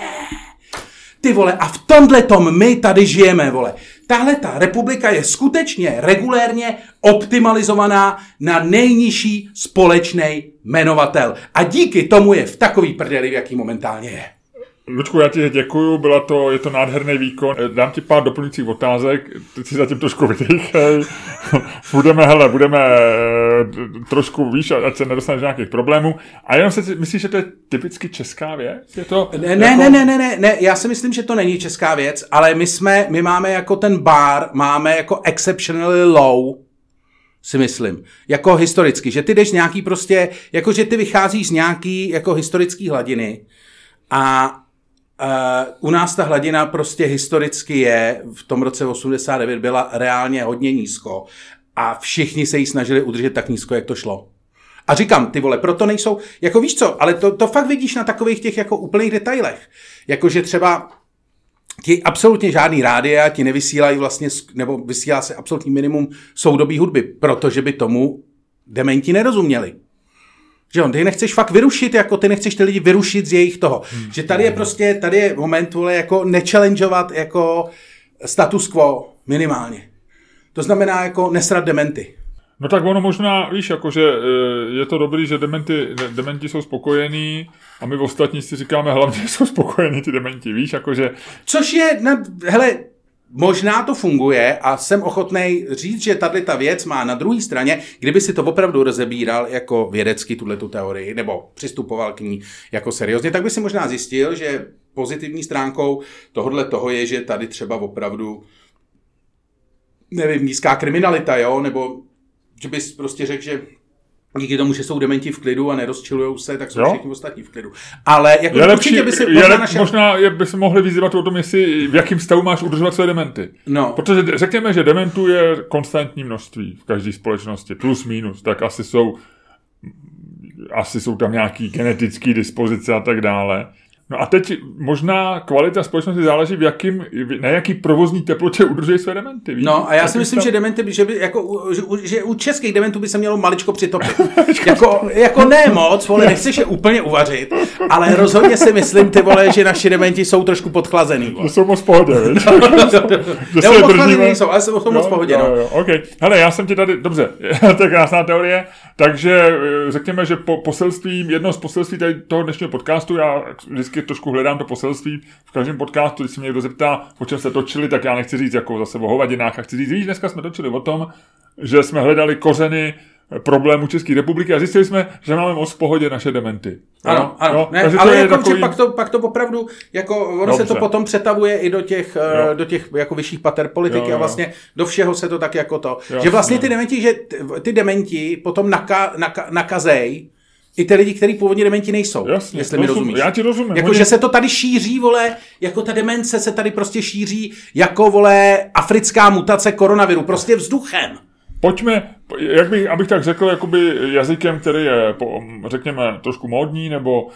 Ty vole, a v tomhletom my tady žijeme, vole. Tahle ta republika je skutečně regulérně optimalizovaná na nejnižší společný jmenovatel. A díky tomu je v takový prdeli, v jaký momentálně je. Lučku, já ti děkuju, byla to, je to nádherný výkon. Dám ti pár doplňujících otázek, teď si zatím trošku vydýchej. budeme, hele, budeme trošku výš, ať se nedostaneš nějakých problémů. A jenom se myslíš, že to je typicky česká věc? Je to ne, ne, jako... ne, ne, ne, ne, ne, já si myslím, že to není česká věc, ale my jsme, my máme jako ten bar, máme jako exceptionally low, si myslím, jako historicky, že ty jdeš nějaký prostě, jako že ty vycházíš z nějaký jako historický hladiny a Uh, u nás ta hladina prostě historicky je, v tom roce osmdesát devět byla reálně hodně nízko a všichni se jí snažili udržet tak nízko, jak to šlo. A říkám, ty vole, proto nejsou, jako víš co, ale to, to fakt vidíš na takových těch jako úplných detailech. Jakože třeba ti absolutně žádný rádia ti nevysílají vlastně, nebo vysílá se absolutní minimum soudobý hudby, protože by tomu dementi nerozuměli. Že on, ty nechceš fakt vyrušit, jako ty nechceš ty lidi vyrušit z jejich toho. Hmm. Že tady je prostě, tady je moment, vole, jako nechallengeovat jako status quo minimálně. To znamená jako nesrat dementy. No tak ono možná, víš, jakože je to dobrý, že dementi, dementi jsou spokojení a my v ostatní si říkáme hlavně, že jsou spokojení ty dementi, víš, jakože... Což je, na, hele, možná to funguje a jsem ochotnej říct, že tato věc má na druhé straně, kdyby si to opravdu rozebíral jako vědecky tuhletu teorii, nebo přistupoval k ní jako seriózně, tak by si možná zjistil, že pozitivní stránkou tohodle toho je, že tady třeba opravdu, nevím, nízká kriminalita, jo, nebo že bys prostě řekl, že díky tomu, že jsou dementi v klidu a nerozčilujou se, tak jsou jo? všichni ostatní v klidu. Ale jako je lepší, by si je možná, lep, naše... možná je, by se mohli vyzývat o tom, jestli v jakém stavu máš udržovat své dementy. No. Protože řekněme, že dementů je konstantní množství v každé společnosti, plus minus, tak asi jsou asi jsou tam nějaký genetický dispozice a tak dále. No a teď možná kvalita společnosti záleží v jakým, na jaký provozní teplotě udrží své dementy. Víš? No a já si myslím, stav... že dementy, že, by, jako, že, že u českých dementů by se mělo maličko přitopit. jako, jako ne moc, vole, nechceš je úplně uvařit, ale rozhodně si myslím, ty vole, že naši dementi jsou trošku podchlazený. Vole. Že jsou moc v pohodě, víš? Nebo podchlazený nejsou, ale jsou moc v pohodě. No, no. Okay. Hele, já jsem ti tady, dobře, to je krásná teorie, takže řekněme, že po poselství, jedno z poselství tady toho dnešního podcastu, já vždycky trošku hledám to poselství v každém podcastu, když se mě někdo zeptá, o čem se točili, tak já nechci říct jako zase o hovadinách, a chci říct, víš, dneska jsme točili o tom, že jsme hledali kořeny problémů České republiky a zjistili jsme, že máme moc v pohodě naše dementy. Ano, no? ano, no? Ne, ale jako, takový... že pak to, pak to opravdu, jako ono Dobře. se to potom přetavuje i do těch, jo. do těch jako vyšších pater politiky jo, jo. a vlastně do všeho se to tak jako to, jo, že vlastně ty dementi, že ty dementi potom naka, naka, nakazej i ty lidi, kteří původně dementi nejsou, Jasně, jestli mi rozumíš. Já ti rozumím. Jako, že se to tady šíří, vole, jako ta demence se tady prostě šíří jako, vole, africká mutace koronaviru, prostě vzduchem. Pojďme, jak bych, abych tak řekl, jakoby jazykem, který je, řekněme, trošku módní, nebo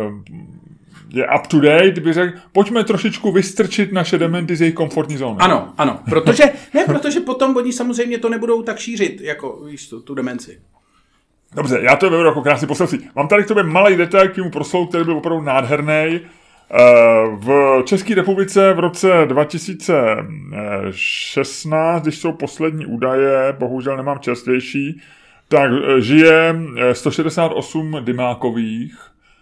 je up to date, bych řekl, pojďme trošičku vystrčit naše dementy z jejich komfortní zóny. Ano, ano, protože, ne, protože potom oni samozřejmě to nebudou tak šířit, jako víš, tu, tu demenci. Dobře, já to beru jako krásný poselství. Mám tady k tobě malý detail k týmu proslovu, který byl opravdu nádherný. V České republice v roce dva tisíce šestnáct, když jsou poslední údaje, bohužel nemám čerstvější, tak žije sto šedesát osm Dymákových,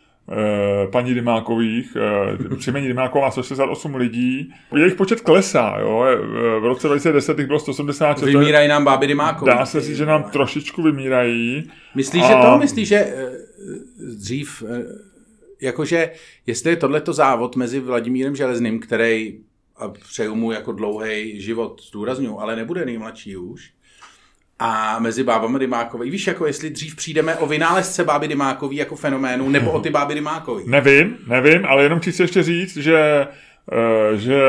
paní Dymákových, příjmení Dymáková má sto šedesát osm lidí. Jejich počet klesá, jo. V roce dva tisíce deset bylo sto osmdesát šest. Vymírají nám báby Dymákový. Dá se říct, že nám trošičku vymírají. Myslíš, a... že to? Myslíš, že dřív... Jakože, jestli je tohleto závod mezi Vladimírem Železným, který, a přeju mu jako dlouhý život, zdůrazňuji, ale nebude nejmladší už, a mezi bábami Dymákový. Víš, jako jestli dřív přijdeme o vynálezce báby Dymákový jako fenoménu, nebo o ty báby Dymákový? Nevím, nevím, ale jenom chci ještě říct, že, že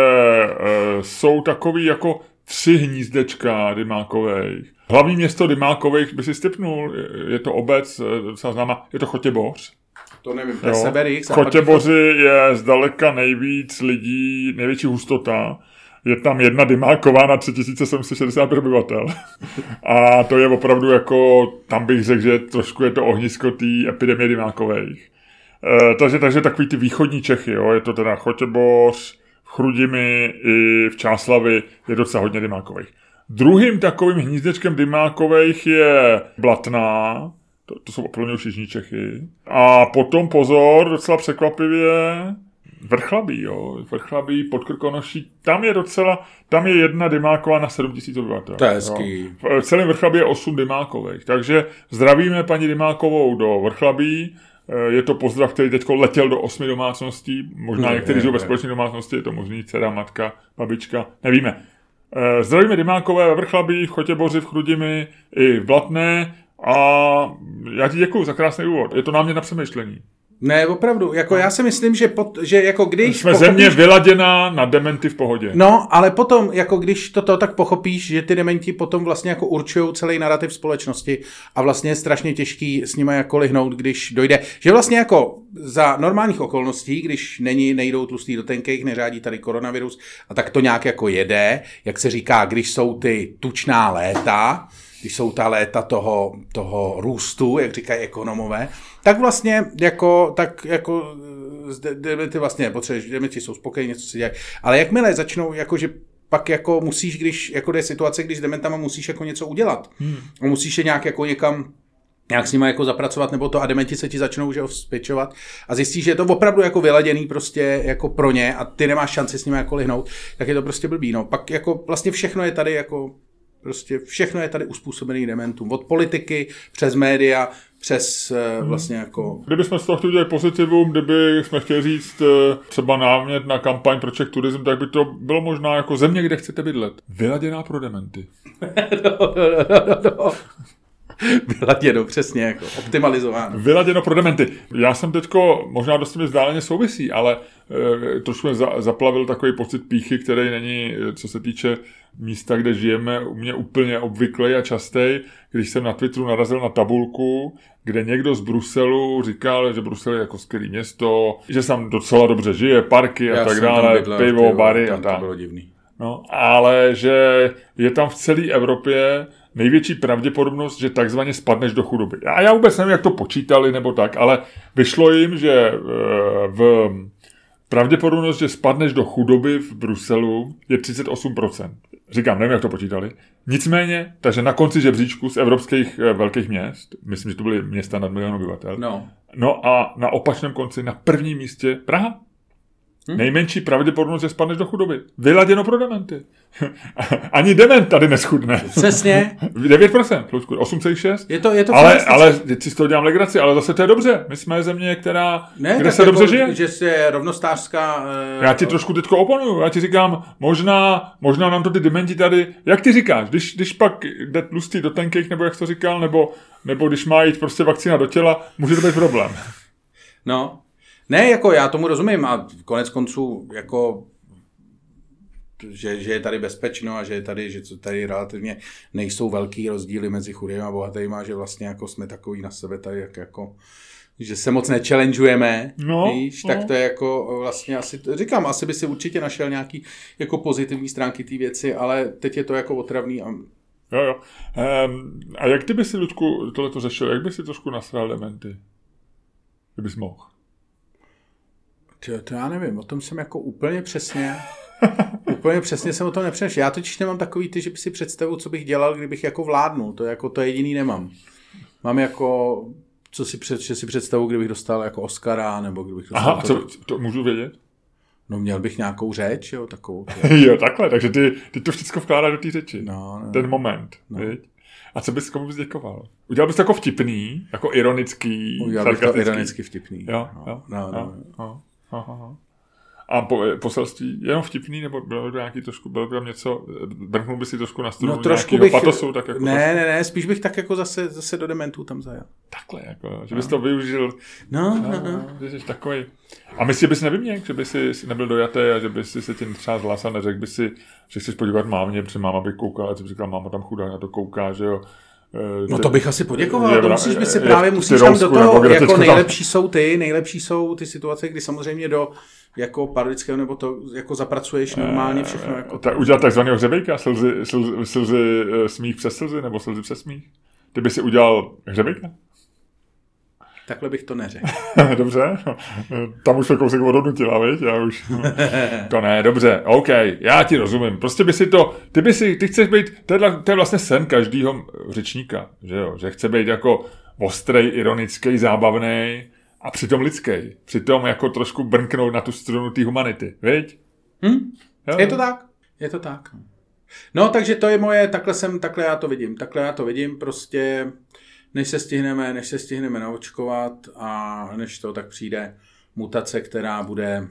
jsou takový jako tři hnízdečka Dymákových. Hlavní město Dymákových by si stipnul, je to obec, docela známá, je to Chotěboř. To nevím, to je Severix. V Chotěboři je zdaleka nejvíc lidí, největší hustota. Je tam jedna Dymáková na tři tisíce sedm set šedesát obyvatel. A to je opravdu jako, tam bych řekl, že trošku je to ohnisko té epidemie Dymákových. E, takže, takže takový ty východní Čechy, jo, je to teda Chotěboř, v Chrudimi i v Čáslavi je docela hodně Dymákových. Druhým takovým hnízdečkem Dymákových je Blatná. To, to jsou opravdu už jižní Čechy. A potom pozor, docela překvapivě, Vrchlabí, jo. Vrchlabí, Podkrkonoší, tam je docela, tam je jedna Dymáková na sedm tisíc obyvatel. To je hezký. V celém Vrchlabí je osm Dymákových. Takže zdravíme paní Dymákovou do Vrchlabí. Je to pozdrav, který teďko letěl do osmi domácností. Možná no, někteří žijou ve společné domácnosti, je to možný, dcera, matka, babička, nevíme. Zdravíme Dymákové ve Vrchlabí, v Chotěboři, v Chrudimi i v Blatné. A já ti děkuju za krásný úvod. Je to námět na přemýšlení. Ne, opravdu. Jako já si myslím, že, pot, že jako když... Jsme pochopíš... země vyladěná na dementy v pohodě. No, ale potom, jako když toto tak pochopíš, že ty dementi potom vlastně jako určují celý narrativ společnosti a vlastně je strašně těžký s nimi jako lihnout, když dojde. Že vlastně jako za normálních okolností, když není, nejdou tlustý do tenkejch, neřádí tady koronavirus a tak to nějak jako jede, jak se říká, když jsou ty tučná léta, když jsou ta léta toho, toho růstu, jak říkají ekonomové, tak vlastně jako, tak jako dementi vlastně potřebuješ, dementi jsou spokojení, něco si dělají, ale jakmile začnou, jakože pak jako musíš, když, jako je situace, když s dementama musíš jako něco udělat. Hmm. Musíš je nějak jako někam, nějak s nima jako zapracovat, nebo to a dementi se ti začnou, že ho vzpěčovat a zjistíš, že je to opravdu jako vyladěný prostě jako pro ně a ty nemáš šanci s nimi jako lihnout, tak je to prostě blbý, no. Pak jako vlastně všechno je tady jako prostě všechno je tady uspůsobený dementům. Od politiky, přes média, přes hmm. vlastně jako... Kdybychom z toho chtěli udělat pozitivum, kdyby jsme chtěli říct třeba námět na kampaň pro Czech Tourism, tak by to bylo možná jako země, kde chcete bydlet. Vyladěná pro dementy. no, no, no, no, no. Vyladěno, přesně, jako optimalizováno. Vyladěno pro dementy. Já jsem teďko, možná dost mi vzdáleně souvisí, ale e, trošku mě za, zaplavil takový pocit pýchy, který není, co se týče místa, kde žijeme, u mě úplně obvyklý a častý, když jsem na Twitteru narazil na tabulku, kde někdo z Bruselu říkal, že Brusel je jako skvělý město, že tam docela dobře žije, parky a Já tak dále, pivo, bary a tak. To bylo divný. No, ale že je tam v celé Evropě největší pravděpodobnost, že takzvaně spadneš do chudoby. A já vůbec nevím, jak to počítali nebo tak, ale vyšlo jim, že v pravděpodobnost, že spadneš do chudoby v Bruselu je třicet osm procent. Říkám, nevím, jak to počítali. Nicméně, takže na konci žebříčku z evropských velkých měst, myslím, že to byly města nad milion obyvatel, no. no a na opačném konci, na prvním místě Praha. Hmm? Nejmenší pravděpodobnost, že spadneš do chudoby. Vyladěno pro dementy. Ani dement tady neschudne. Přesně. devět procent, osm celá šest. Je to, je to ale, ale teď si z toho dělám legraci, ale zase to je dobře. My jsme země, která, ne, kde se jako, dobře žije. Že je rovnostářská... Uh... Já ti trošku teďko oponuju. Já ti říkám, možná, možná nám to ty dementi tady... Jak ty říkáš, když, když pak jde tlustý do tenkejch, nebo jak jsi to říkal, nebo, nebo když má jít prostě vakcína do těla, může to být problém. No. Ne, jako já tomu rozumím a konec konců jako že, že je tady bezpečno a že je tady, že tady relativně nejsou velký rozdíly mezi chudými a bohatými a že vlastně jako jsme takový na sebe tady jak jako že se moc nechallengeujeme, no, víš, no. tak to je jako vlastně asi, říkám, asi by si určitě našel nějaký jako pozitivní stránky té věci, ale teď je to jako otravný. A... Jo, jo. Um, a jak ty by si, Ludku, tohleto řešil, jak by si trošku nasral dementy? Kdybys mohl? To, to já nevím, o tom jsem jako úplně přesně, úplně přesně jsem o tom nepřemýšlel. Já totiž nemám takový ty, že by si představu, co bych dělal, kdybych jako vládnul, to jako to jediný nemám. Mám jako... Co si, před, si představu, kdybych dostal jako Oscara, nebo kdybych dostal... Aha, to, co, to můžu vědět? No měl bych nějakou řeč, jo, takovou. Jo, takhle, takže ty, ty to všechno vkládáš do té řeči. No, no. Ten moment, no. Viď? A co bys komu bys děkoval? Udělal bys to jako vtipný, jako ironický, Udělal bych to ironicky vtipný. Jo, no, jo, no, no, jo, no. jo, jo. A po, poselství jenom vtipný, nebo bylo to nějaký trošku, bylo to tam něco, brknul by si trošku na strunu no, trošku nějakého bych, patosu? Tak jako ne, trošku... ne, ne, spíš bych tak jako zase, zase do dementů tam zajel. Takhle, jako, že bys to využil. No, no, no. no. Že jsi takový. A myslíš, že bys nevyměnil, že bys si nebyl dojatý a že bys si se tím třeba zhlas a neřekl bys si, že chceš podívat mámě, protože máma by koukala, a ty bys říkal, máma tam chudá na to kouká, že jo. No to bych asi poděkoval, je, to musíš by si právě, musíš tam do toho, jako nejlepší jsou ty, nejlepší jsou ty situace, kdy samozřejmě do jako parodického, nebo to jako zapracuješ normálně všechno. Jako tak udělat takzvaného hřebejka, slzy, slzy, slzy, smích přes slzy, nebo slzy přes smích. Ty by si udělal hřebejka? Takhle bych to neřekl. Dobře, tam už se kousek odhodnutila, viď? Já už... To ne, dobře, OK, já ti rozumím. Prostě by si to, ty by si, ty chceš být, to je, to je vlastně sen každýho řečníka, že jo? Že chce být jako ostrej, ironický, zábavný a přitom lidský. Přitom jako trošku brnknout na tu strunu té humanity, viď? Hm? Je to tak, je to tak. No, takže to je moje, takhle jsem, takhle já to vidím, takhle já to vidím, prostě... Než se stihneme, než se stihneme naočkovat a než to, tak přijde mutace, která bude,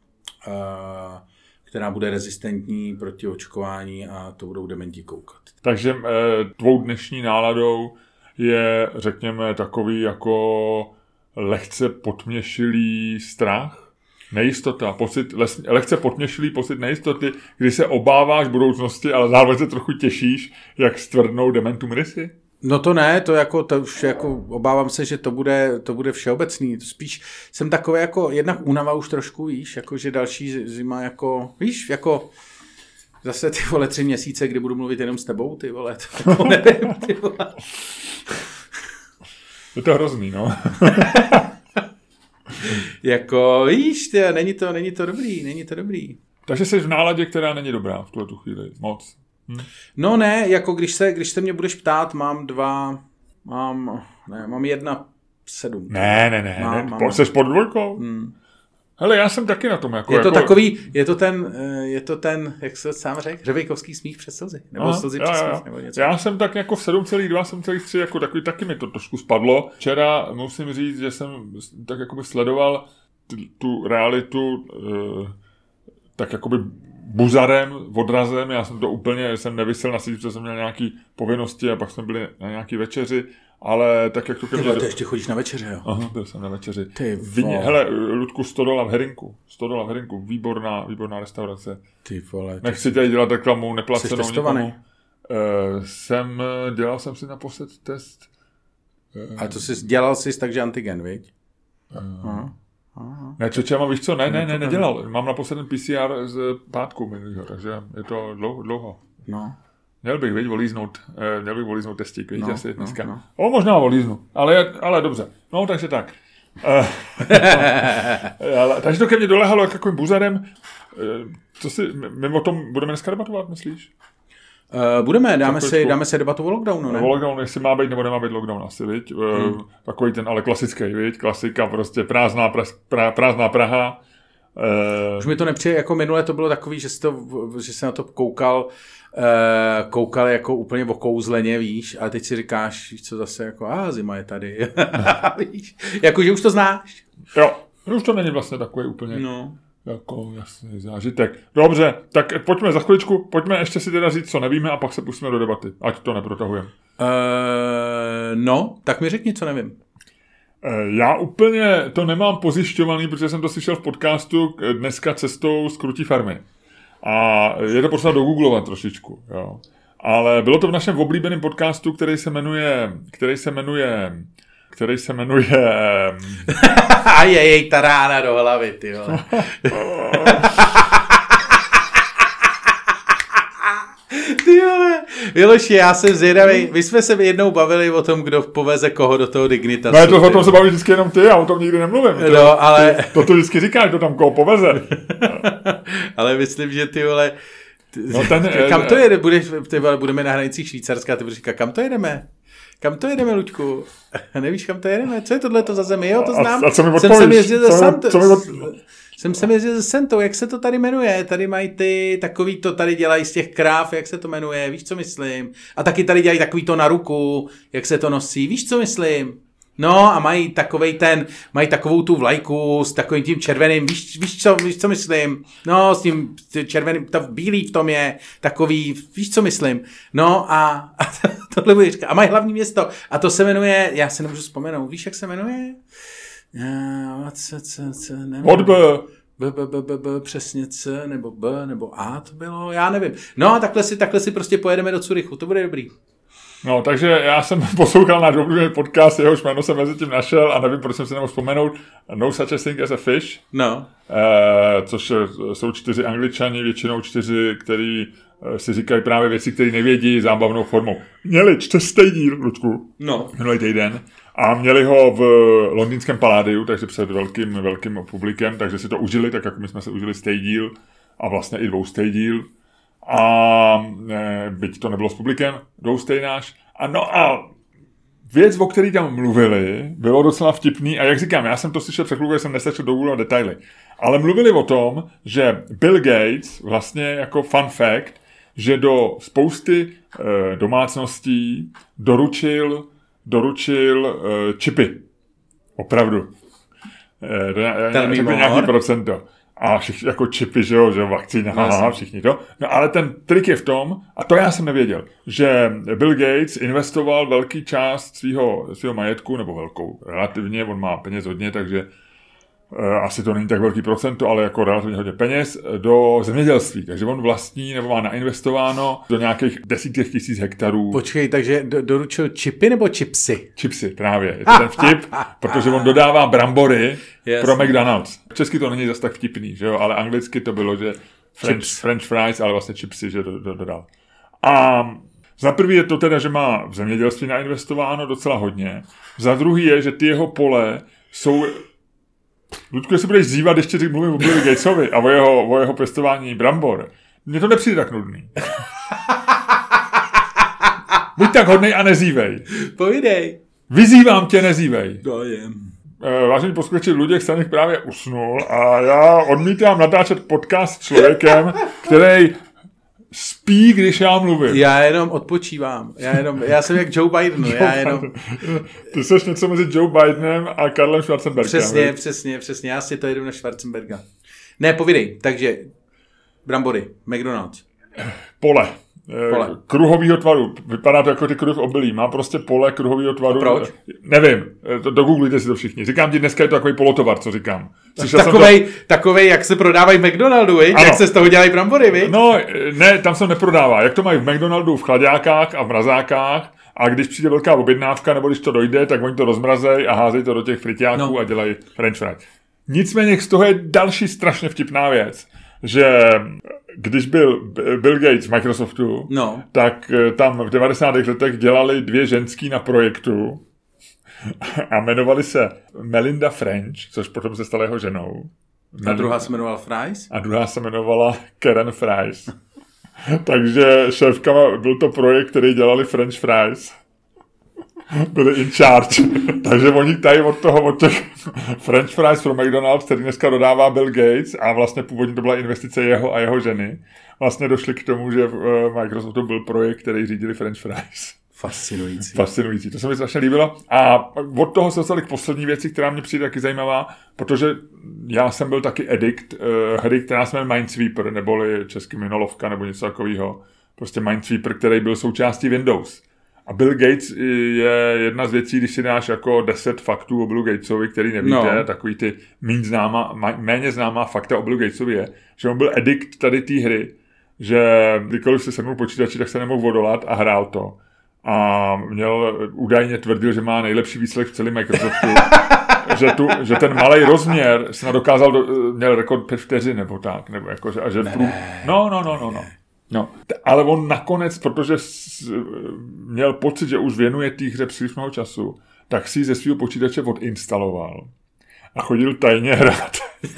uh, která bude rezistentní proti očkování a to budou dementi koukat. Takže tvou dnešní náladou je, řekněme, takový jako lehce potměšilý strach, nejistota, pocit, lehce potměšilý pocit nejistoty, kdy se obáváš budoucnosti, ale zároveň se trochu těšíš, jak stvrdnou dementum rysy? No to ne, to jako, to už jako obávám se, že to bude, to bude všeobecný. Spíš jsem takový jako, jednak únava už trošku, víš, jako že další zima jako, víš, jako zase ty vole tři měsíce, kdy budu mluvit jenom s tebou, ty vole, to jako nevím, ty vole. Je to hrozný, no. Jako, víš, ty, není to, není to dobrý, není to dobrý. Takže jsi v náladě, která není dobrá v tuhle chvíli, moc. Hm. No ne, jako když se, když se mě budeš ptát, mám dva, mám, ne, mám jedna sedm. Ne, ne, ne, mám, ne. Mám, Po, jsi pod dvojkou? Hmm. Hele, já jsem taky na tom. Jako, je to jako... takový, je to ten, je to ten, jak se sám řekl, hřebejkovský smích přes slzy. Nebo Aha, slzy já, přes já. smích, nebo něco. Já jsem tak jako v sedm celá dva, sedm celá tři, jako takový, taky mi to trošku spadlo. Včera musím říct, že jsem tak jakoby sledoval tu, tu realitu uh, tak jakoby buzarem, odrazem, já jsem to úplně, jsem nevisel na síti, protože jsem měl nějaký povinnosti a pak jsme byli na nějaký večeři, ale tak jak to ke mně... Ty ještě chodíš na večeři, jo? Aha, byl jsem na večeři. Ty Vině, hele, Ludku, sto dola v Herinku, sto dola v Herinku, výborná, výborná restaurace. Ty vole. Ty Nechci tady dělat reklamu, neplacenou jsi testovaný? Uh, jsem, dělal jsem si naposled test. Uh, a to jsi, dělal jsi takže antigen, viď? Uh, Aha. Aha. Ne, čo, já víš co, ne, ne, ne, nedělal. Mám naposledy P C R z pátku minulýho, takže je to dlouho. dlouho. No. Měl bych, viď, volíznout, eh, měl bych volíznout testík, viď, no, asi dneska. No, no. O, možná volíznu, ale, ale dobře. No, takže tak. Uh, ale, takže to ke mně dolehalo jako takovým buzarem. Uh, co si, my o tom budeme dneska debatovat, myslíš? Uh, budeme, dáme si, dáme si debatu o lockdownu, ne? O lockdownu, jestli má být nebo nemá být lockdown asi, viď? Hmm. Uh, takový ten, ale klasický, viď? Klasika, prostě prázdná, pra, pra, prázdná Praha. Uh, Už mi to nepřijde, jako minule to bylo takový, že jsi, to, že jsi na to koukal, uh, koukal jako úplně okouzleně, víš, ale teď si říkáš, víš co zase, jako, a zima je tady, víš, jako, že už to znáš. Jo, už to není vlastně takový úplně... No. Jako jasný zážitek. Dobře, tak pojďme za chviličku, pojďme ještě si teda říct, co nevíme a pak se pustíme do debaty, ať to neprotahujeme. Uh, no, tak mi řekni, co nevím. Uh, já úplně to nemám pozjišťovaný, protože jsem to slyšel v podcastu dneska cestou z Krutí farmy. A je to potřeba dogooglovat trošičku, jo. Ale bylo to v našem oblíbeném podcastu, který se jmenuje, který se jmenuje, který se jmenuje... A je jej ta rána do hlavy, ty vole. Ty vole, Miloši, já jsem zvědavý. My jsme se jednou bavili o tom, kdo poveze koho do toho Dignitasu. Ne, to o tom se baví vždycky jenom ty, já o tom nikdy nemluvím. To, no, ale... Ty, to to vždycky říkáš, kdo tam koho poveze. Ale myslím, že ty vole... No ten, kam to jede? Budeš, ty vole, budeme na hranicích Švýcarska, ty budeš říkat, kam to jedeme? Kam to jedeme, Luďku? Nevíš, kam to jedeme? Co je tohle to za zemi? Jo, to znám. A, a co mi jsem sem jezdil ze Santou. Jsem sem jezdil ze Santou. Jak se to tady jmenuje? Tady mají ty, takový to tady dělají z těch kráv, jak se to jmenuje? Víš, co myslím? A taky tady dělají takový to na ruku, jak se to nosí. Víš, co myslím? No a mají takovej ten, mají takovou tu vlajku s takovým tím červeným, víš, víš, co, víš co myslím? No s tím červeným, to bílý v tom je takový, víš co myslím? No a, a tohle bude říkat. A mají hlavní město a to se jmenuje, já se nemůžu vzpomenout, víš jak se jmenuje? Já, co, co, co, nevím. Od B. B, B, B, B, B, přesně C, nebo B, nebo A to bylo, já nevím. No a takhle si, takhle si prostě pojedeme do Curychu, to bude dobrý. No, takže já jsem poslouchal náš oblíbený podcast, jehož jméno jsem mezi tím našel a nevím, proč jsem si nemohl vzpomenout. No Such a Thing as a Fish. No. Eh, což jsou čtyři Angličani, většinou čtyři, který si říkají právě věci, které nevědí zábavnou formou. Měli čtvrtý díl, Luďku, no. minulý týden, a měli ho v londýnském Paládiu, takže před velkým, velkým publikem, takže si to užili, tak jako my jsme si užili stej díl a vlastně i dvoustej díl. A ne, byť to nebylo s publikem, dvoustej náš. A no a věc, o který tam mluvili, bylo docela vtipný a jak říkám, já jsem to slyšel před chvílí, jsem nestačil dougooglovat detaily. Ale mluvili o tom, že Bill Gates, vlastně jako fun fact, že do spousty e, domácností doručil, doručil e, čipy. Opravdu. E, do, do, nějaký procento. A všichni, jako čipy, že jo, že vakcína, aha, všichni to. No ale ten trik je v tom, a to já jsem nevěděl, že Bill Gates investoval velký část svého, svého majetku, nebo velkou relativně, on má peněz hodně, takže e, asi to není tak velký procento, ale jako relativně hodně peněz, do zemědělství. Takže on vlastní, nebo má nainvestováno do nějakých desítek tisíc hektarů. Počkej, takže do, doručil čipy nebo čipsy? Čipsy, právě. Je to ten vtip, protože on dodává brambory yes. pro McDonald's. Česky to není zase tak vtipný, že jo, ale anglicky to bylo, že French, French fries, ale vlastně chipsy, že do, do, dodal. A za prvý je to teda, že má v zemědělství nainvestováno docela hodně. Za druhý je, že ty jeho pole jsou... Ludku, jestli budeš zývat, ještě teď mluvím o Billu Gatesovi a o jeho, o jeho pěstování brambor, mně to nepřijde tak nudný. Buď tak hodnej a nezívej. Povídej. Vyzývám tě, nezívej. To je... Vážení posluchači, Luděk Staněk právě usnul a já odmítám natáčet podcast s člověkem, který spí, když já mluvím. Já jenom odpočívám. Já, jenom, já jsem jak Joe Biden. Joe já jenom... Ty jsi něco mezi Joe Bidenem a Karlem Schwarzenbergem. Přesně, ne? přesně, přesně. Já si to jedu na Schwarzenberga. Ne, povídej. Takže brambory, McDonald's. Pole. Pole. Kruhovýho tvaru. Vypadá to jako ty kruh obilí. Má prostě pole kruhovýho tvaru. A proč? Nevím. Dogooglujte si to všichni. Říkám ti, dneska je to takový polotovar, co říkám. Takovej, to... takovej, jak se prodávají v McDonaldu, viď? Jak se z toho dělají brambory, viď? No, ne, tam se neprodává. Jak to mají v McDonaldu v chladákách a v mrazákách, a když přijde velká objednávka, nebo když to dojde, tak oni to rozmrazejí a házejí to do těch friťáků no. a dělají french fry. Nicméně z toho je další strašně vtipná věc, že když byl Bill Gates v Microsoftu, no. tak tam v devadesátých letech dělali dvě ženský na projektu a jmenovali se Melinda French, což potom se stala jeho ženou. A druhá se jmenovala Fries? A druhá se jmenovala Karen Fries. Takže šéfkama byl to projekt, který dělali French Fries. Byli in charge. Takže oni tady od toho, od těch French Fries pro McDonald's, který dneska dodává Bill Gates a vlastně původně to byla investice jeho a jeho ženy, vlastně došli k tomu, že v Microsoftu byl projekt, který řídili French Fries. Fascinující. Fascinující, to se mi strašně líbilo. A od toho se dostali k poslední věci, která mě přijde taky zajímavá, protože já jsem byl taky addict uh, hry, která se jmenuje Minesweeper, neboli český minolovka nebo něco takového. Prostě Minesweeper, který byl součástí Windows. A Bill Gates je jedna z věcí, když si dáš jako deset faktů o Billu Gatesovi, který nevíte, no. takový ty méně známá, méně známá fakta o Billu Gatesovi je, že on byl edikt tady té hry, že kdykoliv si sednul počítači, tak se nemohl odolat a hrál to. A měl, údajně tvrdil, že má nejlepší výsledek v celém Microsoftu. že, tu, že ten malej rozměr snad dokázal, do, měl rekord pět vteřin nebo tak, nebo jako, že, a že prů... no, no, no, no, no. No, ale on nakonec, protože měl pocit, že už věnuje té hře příliš mnoho času, tak si ze svého počítače odinstaloval a chodil tajně hrát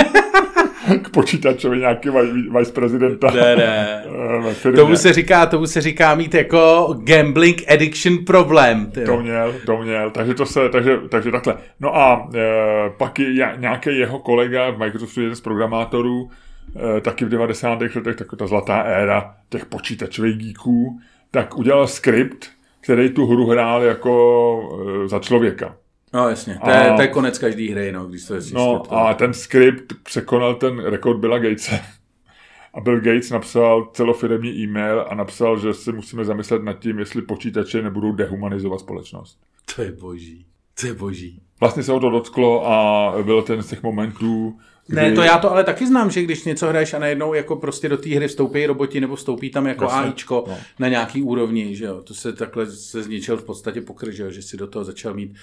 k počítačovi nějaký vice prezidenta. Ne, ne. Tomu se říká, tomu se říká mít jako gambling addiction problém. Tyjo. To měl, to měl, takže to se, takže, takže takhle. No a e, pak je nějaký jeho kolega v Microsoftu, jeden z programátorů, e, taky v devadesátých letech, tak ta zlatá éra těch počítačových geeků, tak udělal skript, který tu hru hrál jako e, za člověka. No jasně, to je, to je konec každý hry, no, když to je No to... a ten skript překonal ten rekord Billa Gatese. A Bill Gates napsal celofiremní e-mail a napsal, že si musíme zamyslet nad tím, jestli počítače nebudou dehumanizovat společnost. To je boží, to je boží. Vlastně se ho to dotklo a byl ten z těch momentů, kdy... Ne, to já to ale taky znám, že když něco hraješ a najednou jako prostě do té hry vstoupí roboti nebo vstoupí tam jako Jasně, AIčko no. na nějaký úrovni, že jo. To se takhle se zničil v podstatě poker, že jo, že si do toho začal mít,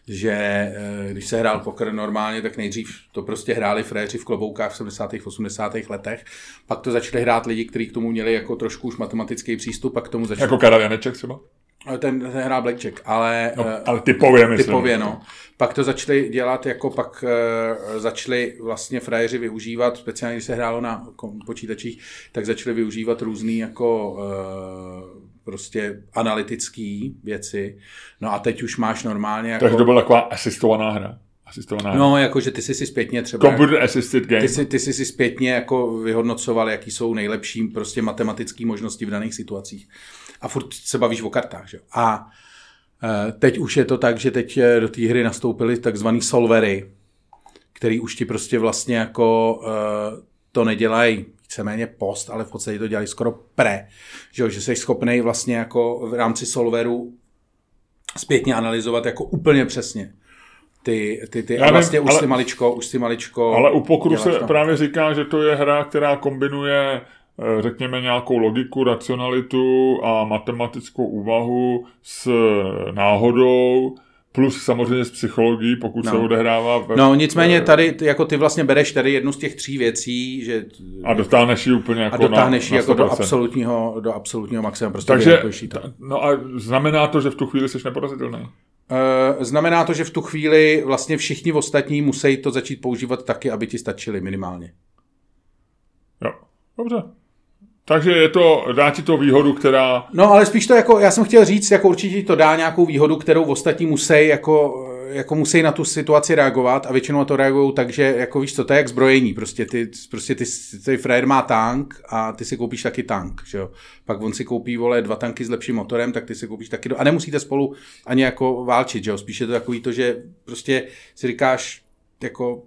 že když se hrál poker normálně, tak nejdřív to prostě hráli fréři v kloboukách v sedmdesátých osmdesátých letech, pak to začali hrát lidi, kteří k tomu měli jako trošku už matematický přístup, pak k tomu začali... Jako Karel Janeček třeba? Ten, ten hrá blackjack, ale... No, ale typově myslím. Typově, no. Pak to začali dělat, jako pak uh, začali vlastně frajeři využívat, speciálně když se hrálo na počítačích, tak začali využívat různý jako uh, prostě analytický věci. No a teď už máš normálně jako... Takže to byla taková asistovaná hra. Asistovaná hra. No, jakože ty jsi si zpětně třeba... Computer assisted game. Ty jsi, ty jsi si zpětně jako vyhodnocoval, jaký jsou nejlepší prostě matematické možnosti v daných situacích. A furt se bavíš o kartách, že? A teď už je to tak, že teď do té hry nastoupily takzvaný solvery, který už ti prostě vlastně jako to nedělají víceméně post, ale v podstatě to dělají skoro pre, že, že jsi schopnej vlastně jako v rámci solveru zpětně analyzovat jako úplně přesně. Ty, ty, ty, a vlastně vím, už, ale, si maličko, už si maličko... Ale u pokru se tam. Právě říká, že to je hra, která kombinuje řekněme nějakou logiku, racionalitu a matematickou úvahu s náhodou, plus samozřejmě s psychologií, pokud no. se odehrává... Ve, no nicméně tady, jako ty vlastně bereš tady jednu z těch tří věcí, že... A dotáhneš ji úplně jako a dotáhneš na, ji na jako do absolutního, do absolutního maxima. Prostě takže, no a znamená to, že v tu chvíli jsi neporazitelný? Uh, znamená to, že v tu chvíli vlastně všichni ostatní musí to začít používat taky, aby ti stačili minimálně. Jo, dobře. Takže je to, dá ti to výhodu, která... No, ale spíš to jako, já jsem chtěl říct, jako určitě to dá nějakou výhodu, kterou ostatní musí jako, jako musí na tu situaci reagovat a většinou na to reagují tak, že jako víš co, to je jak zbrojení, prostě ty, prostě ty, ty frajer má tank a ty si koupíš taky tank, že jo. Pak on si koupí, vole, dva tanky s lepším motorem, tak ty si koupíš taky, do... a nemusíte spolu ani jako válčit, že jo. Spíš je to takový to, že prostě si říkáš, jako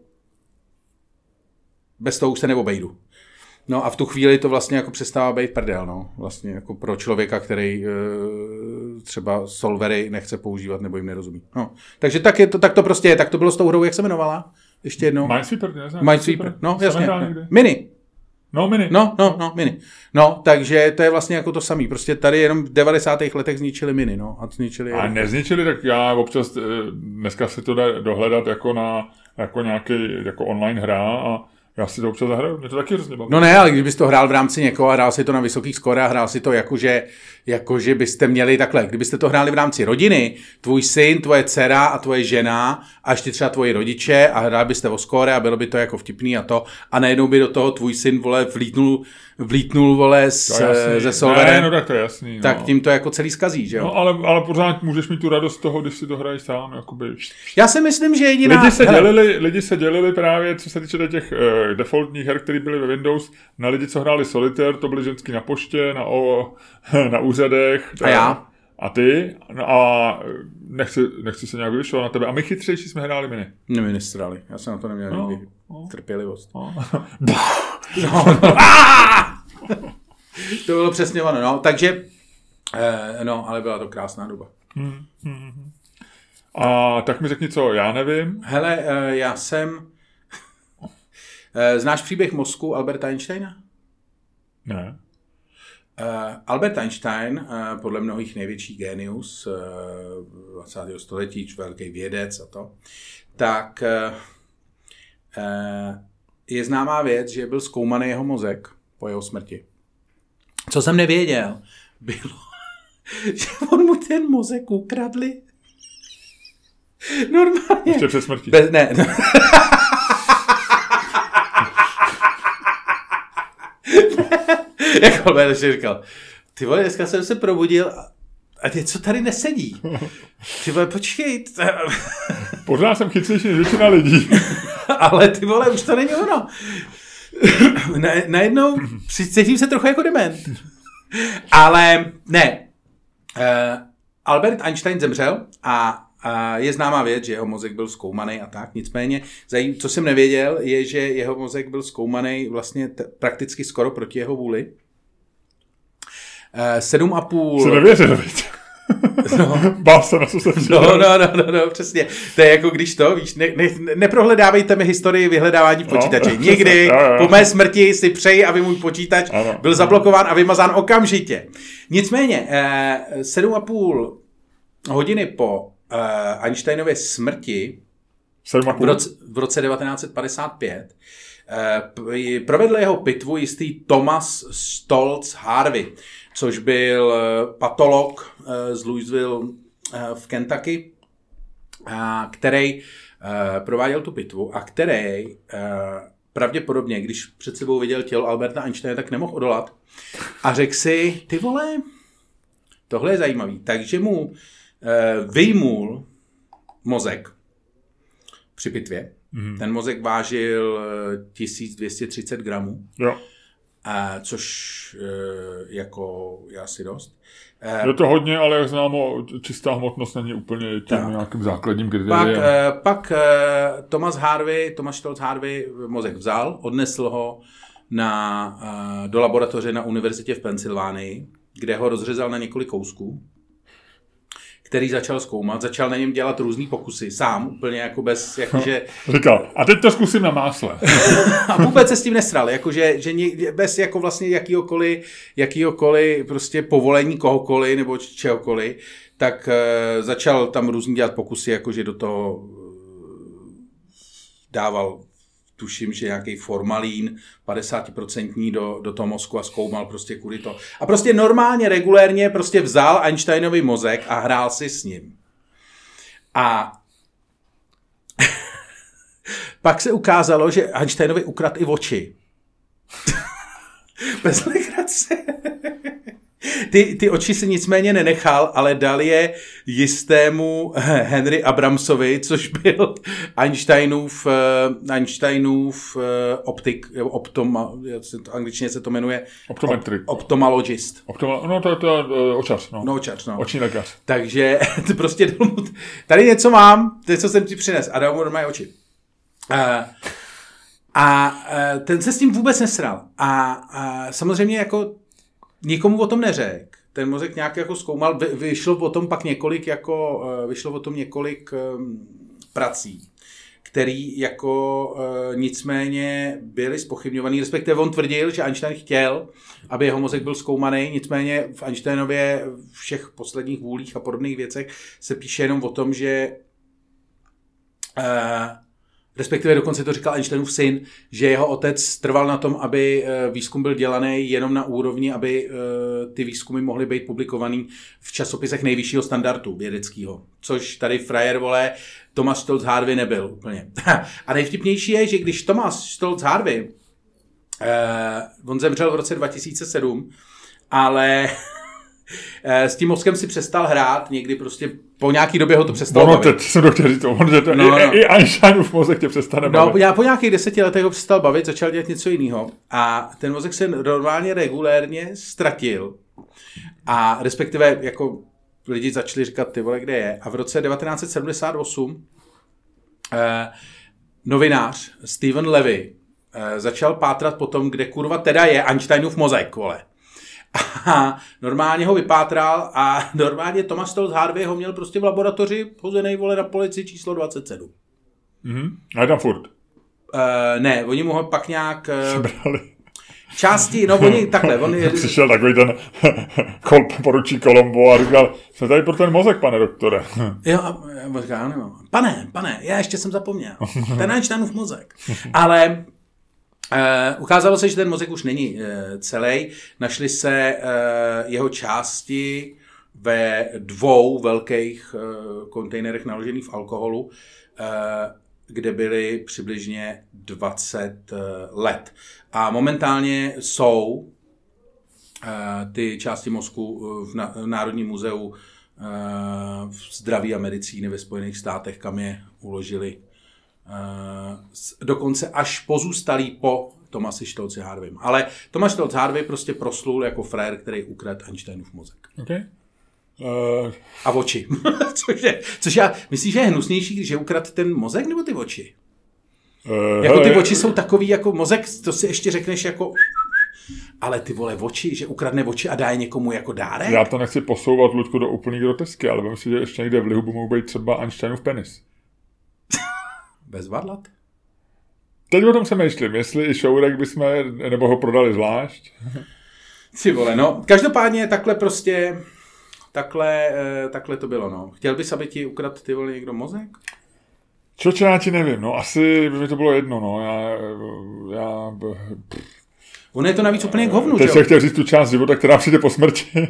bez toho už se neobejdu. No a v tu chvíli to vlastně jako přestává být prdel, no. Vlastně jako pro člověka, který e, třeba solvery nechce používat nebo jim nerozumí. No. Takže tak, je to, tak to prostě je. Tak to bylo s tou hrou, jak se jmenovala? Ještě jednou. Minesweeper, ne? Minesweeper, no jasně. Mini. No, mini. No, no, no, mini. No, takže to je vlastně jako to samý. Prostě tady jenom v devadesátých letech zničili mini, no. A zničili... A nezničili, tak já občas dneska si to dá dohledat jako na jako nějaký jako online hra a já si to občas zahraju, mě to taky hrozně baví. No ne, ale kdybys to hrál v rámci někoho a hrál si to na vysokých skóre a hrál si to jakože, jakože byste měli takhle, kdybyste to hráli v rámci rodiny, tvůj syn, tvoje dcera a tvoje žena a ještě třeba tvoji rodiče a hráli byste o skóre a bylo by to jako vtipný a to a najednou by do toho tvůj syn, vole, vlítnul, vlítnul, vole, s, ze solverem, ne, no tak to je jasný. No. Tak tím to jako celý skazí, že jo? No ale, ale pořád můžeš mít tu radost z toho, když si to hraješ sám, jakoby. Já si myslím, že jediná... Lidi se dělili, lidi se dělili právě, co se týče těch uh, defaultních her, které byly ve Windows, na lidi, co hráli Solitaire, to byli ženský na poště, na, o, na úřadech. A já? A ty? No a nechci, nechci se nějak vyvyšovat na tebe. A my chytřejší jsme hráli mini. Ne, my nestrali. Já jsem na to neměl no, nikdy no. trpělivost. No. no, no. To bylo přesně ono, no. Takže Eh, no, ale byla to krásná doba. Hmm, hmm. A tak mi řekni co, já nevím. Hele, eh, já jsem... eh, znáš příběh mozku Alberta Einsteina? Ne. Uh, Albert Einstein, uh, podle mnohých největší génius uh, dvacátého století, velký vědec a to, tak uh, uh, je známá věc, že byl zkoumaný jeho mozek po jeho smrti. Co jsem nevěděl, bylo, že on mu ten mozek ukradli. Normálně. Ještě před smrtí. Bez, ne. Jak Albert si říkal, ty vole, dneska jsem se probudil a něco tady nesedí. Ty vole, počkej. T- Pořád jsem chytřejší než většina lidí. Ale ty vole, už to není ono. Na, najednou cítím se trochu jako dement. Ale ne. Uh, Albert Einstein zemřel a a je známá věc, že jeho mozek byl zkoumaný a tak. Nicméně, co jsem nevěděl, je, že jeho mozek byl zkoumaný vlastně t- prakticky skoro proti jeho vůli. Uh, sedm a půl... Se nevěřil, víc. No. Bál se, na co jsem no, no, no, no, no, přesně. To je jako když to, víš, ne, ne, neprohledávejte mi historii vyhledávání v počítači. No, nikdy no, no. Po mé smrti si přeji, aby můj počítač ano. byl zablokován a vymazán okamžitě. Nicméně, uh, sedm a půl hodiny po Uh, Einsteinově smrti v roce, v roce devatenáct set padesát pět uh, provedl jeho pitvu jistý Thomas Stoltz Harvey, což byl uh, patolog uh, z Louisville uh, v Kentucky, uh, který uh, prováděl tu pitvu a který uh, pravděpodobně, když před sebou viděl tělo Alberta Einsteina, tak nemohl odolat a řekl si, ty vole, tohle je zajímavý. Takže mu vyjmul mozek při pitvě. Mm. Ten mozek vážil tisíc dvě stě třicet gramů, jo. A, což jako je asi dost. Je to hodně, ale jak známo, čistá hmotnost není úplně tím tak. nějakým základním kritériem. Pak, pak Thomas Harvey, Thomas Stoltz Harvey mozek vzal, odnesl ho na, do laboratoře na univerzitě v Pensylvánii, kde ho rozřezal na několik kousků, který začal zkoumat, začal na něm dělat různý pokusy, sám, úplně jako bez, jakože... Říkal, a teď to zkusím na másle. A vůbec se s tím nesral, jakože že bez jako vlastně jakýhokoliv, jakýhokoliv prostě povolení kohokoliv nebo čehokoliv, tak uh, začal tam různý dělat pokusy, jakože do toho uh, dával, tuším, že nějaký formalín padesát procent do, do toho mozku a zkoumal prostě kvůli to. A prostě normálně, regulérně prostě vzal Einsteinový mozek a hrál si s ním. A pak se ukázalo, že Einsteinovi ukradl i oči. Bez legrace. Ty, ty oči si nicméně nenechal, ale dal je jistému Henry Abramsovi, což byl Einsteinův, Einsteinův optik, optoma, angličtině se to jmenuje optometrik. Op, optomalogist. Optoma, no to je to, to očař. No, no očař, no. Oční lékař. Takže prostě dal mu, tady něco mám, to co jsem ti přines a dal mu normálně oči. A, a ten se s tím vůbec nesral. A, a samozřejmě jako nikomu o tom neřekl. Ten mozek nějak jako zkoumal, vy, vyšlo o tom pak několik jako, vyšlo o tom několik um, prací, který jako uh, nicméně byly zpochybňovaný, respektive on tvrdil, že Einstein chtěl, aby jeho mozek byl zkoumaný, nicméně v Einsteinově všech posledních vůlích a podobných věcech se píše jenom o tom, že uh, respektive dokonce to říkal Einsteinův syn, že jeho otec trval na tom, aby výzkum byl dělaný jenom na úrovni, aby ty výzkumy mohly být publikovaný v časopisech nejvyššího standardu vědeckého. Což tady frajer, vole, Thomas Stoltz Harvey nebyl úplně. A nejvtipnější je, že když Thomas Stoltz Harvey, on zemřel v roce dva tisíce sedm, ale s tím mozkem si přestal hrát, někdy prostě po nějaký době ho to přestalo bavit. Teď jsem to chtěl říct, on, že to no, i, no. i Einsteinův mozek tě přestane bavit. No, po nějakých deseti letech ho přestal bavit, začal dělat něco jiného a ten mozek se normálně regulérně ztratil a respektive jako lidi začali říkat, ty vole, kde je. A v roce devatenáct set sedmdesát osm eh, novinář Stephen Levy eh, začal pátrat po tom, kde kurva teda je Einsteinův mozek, vole. A normálně ho vypátral a normálně Thomas Stoltz Harvey ho měl prostě v laboratoři hozenej, vole, na polici číslo dvacet sedm. Mhm. A je tam furt? Uh, ne, oni mu ho pak nějak... Uh, Sebrali. Části, no oni takhle, on je... Přišel takový ten kol, poručí Colombo a říkal, jsme tady pro ten mozek, pane doktore. Jo, a já říkal, já nemám. Pane, pane, já ještě jsem zapomněl. Ten Einsteinův mozek. Ale uh, ukázalo se, že ten mozek už není uh, celý. Našly se uh, jeho části ve dvou velkých uh, kontejnerech naložených v alkoholu, uh, kde byly přibližně dvacet let. A momentálně jsou uh, ty části mozku v, na, v Národním muzeu uh, v zdraví a medicíny ve Spojených státech, kam je uložili uh, dokonce až pozůstalí po Thomasi Stoltzi Harveym. Ale Thomas Stoltz Harvey prostě proslul jako frér, který ukradl Einsteinův mozek. Okay. Uh... A oči. což, je, což já, myslíš, že je hnusnější, když je ukradl ten mozek nebo ty oči? Uh, jako ty hele, oči jsou takový jako mozek, to si ještě řekneš jako... Ale ty vole oči, že ukradne oči a dá je někomu jako dárek? Já to nechci posouvat, Luďku, do úplný grotesky, ale myslím, že ještě někde v lihu mohl být třeba Einsteinův penis. Bez vadlat? Teď o tom se myšlím, jestli i šourek bychom, nebo ho prodali zvlášť. Ty vole, no. Každopádně takhle prostě... Takhle, takhle to bylo, no. Chtěl bys, aby ti ukradl ty vole někdo mozek? Čoče, já ti nevím, no. Asi by mi to bylo jedno, no. Já... já ono je to navíc úplně k hovnu, teď že jo? Teď jsem chtěl říct tu část života, která přijde po smrti.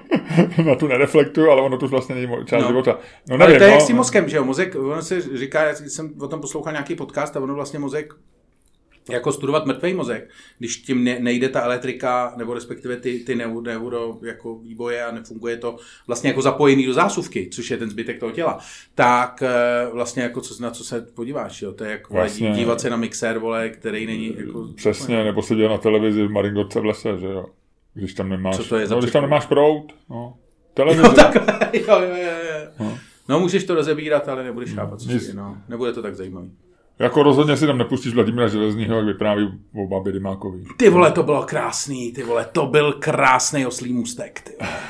Na tu nereflektuju, ale ono to vlastně není část no. života. No nevím, ale to je no. jak s tím mozkem, že jo? Mozek, ono se říká, já jsem o tom poslouchal nějaký podcast a ono vlastně mozek, jako studovat mrtvý mozek, když tím ne, nejde ta elektrika, nebo respektive ty, ty neuro, neuro jako výboje a nefunguje to vlastně jako zapojený do zásuvky, což je ten zbytek toho těla, tak vlastně jako co, na co se podíváš, jo? To je jako vlastně, dívat se na mixér, vole, který není jako... Přesně, nebo se dělat na televizi v Maringotce v lese, že jo? Když tam nemáš, co to je za no, když tam nemáš proud, no. Televizi. No takhle, jo, jo, jo, jo. No. no můžeš to rozebírat, ale nebudeš chápat, co si, no. Nebude to tak zajímavý. Jako rozhodně si tam nepustíš Vladimíra Železního, jak vypráví o babě Dymákový. Ty vole, to bylo krásný, ty vole, to byl krásný oslý můstek, ty vole.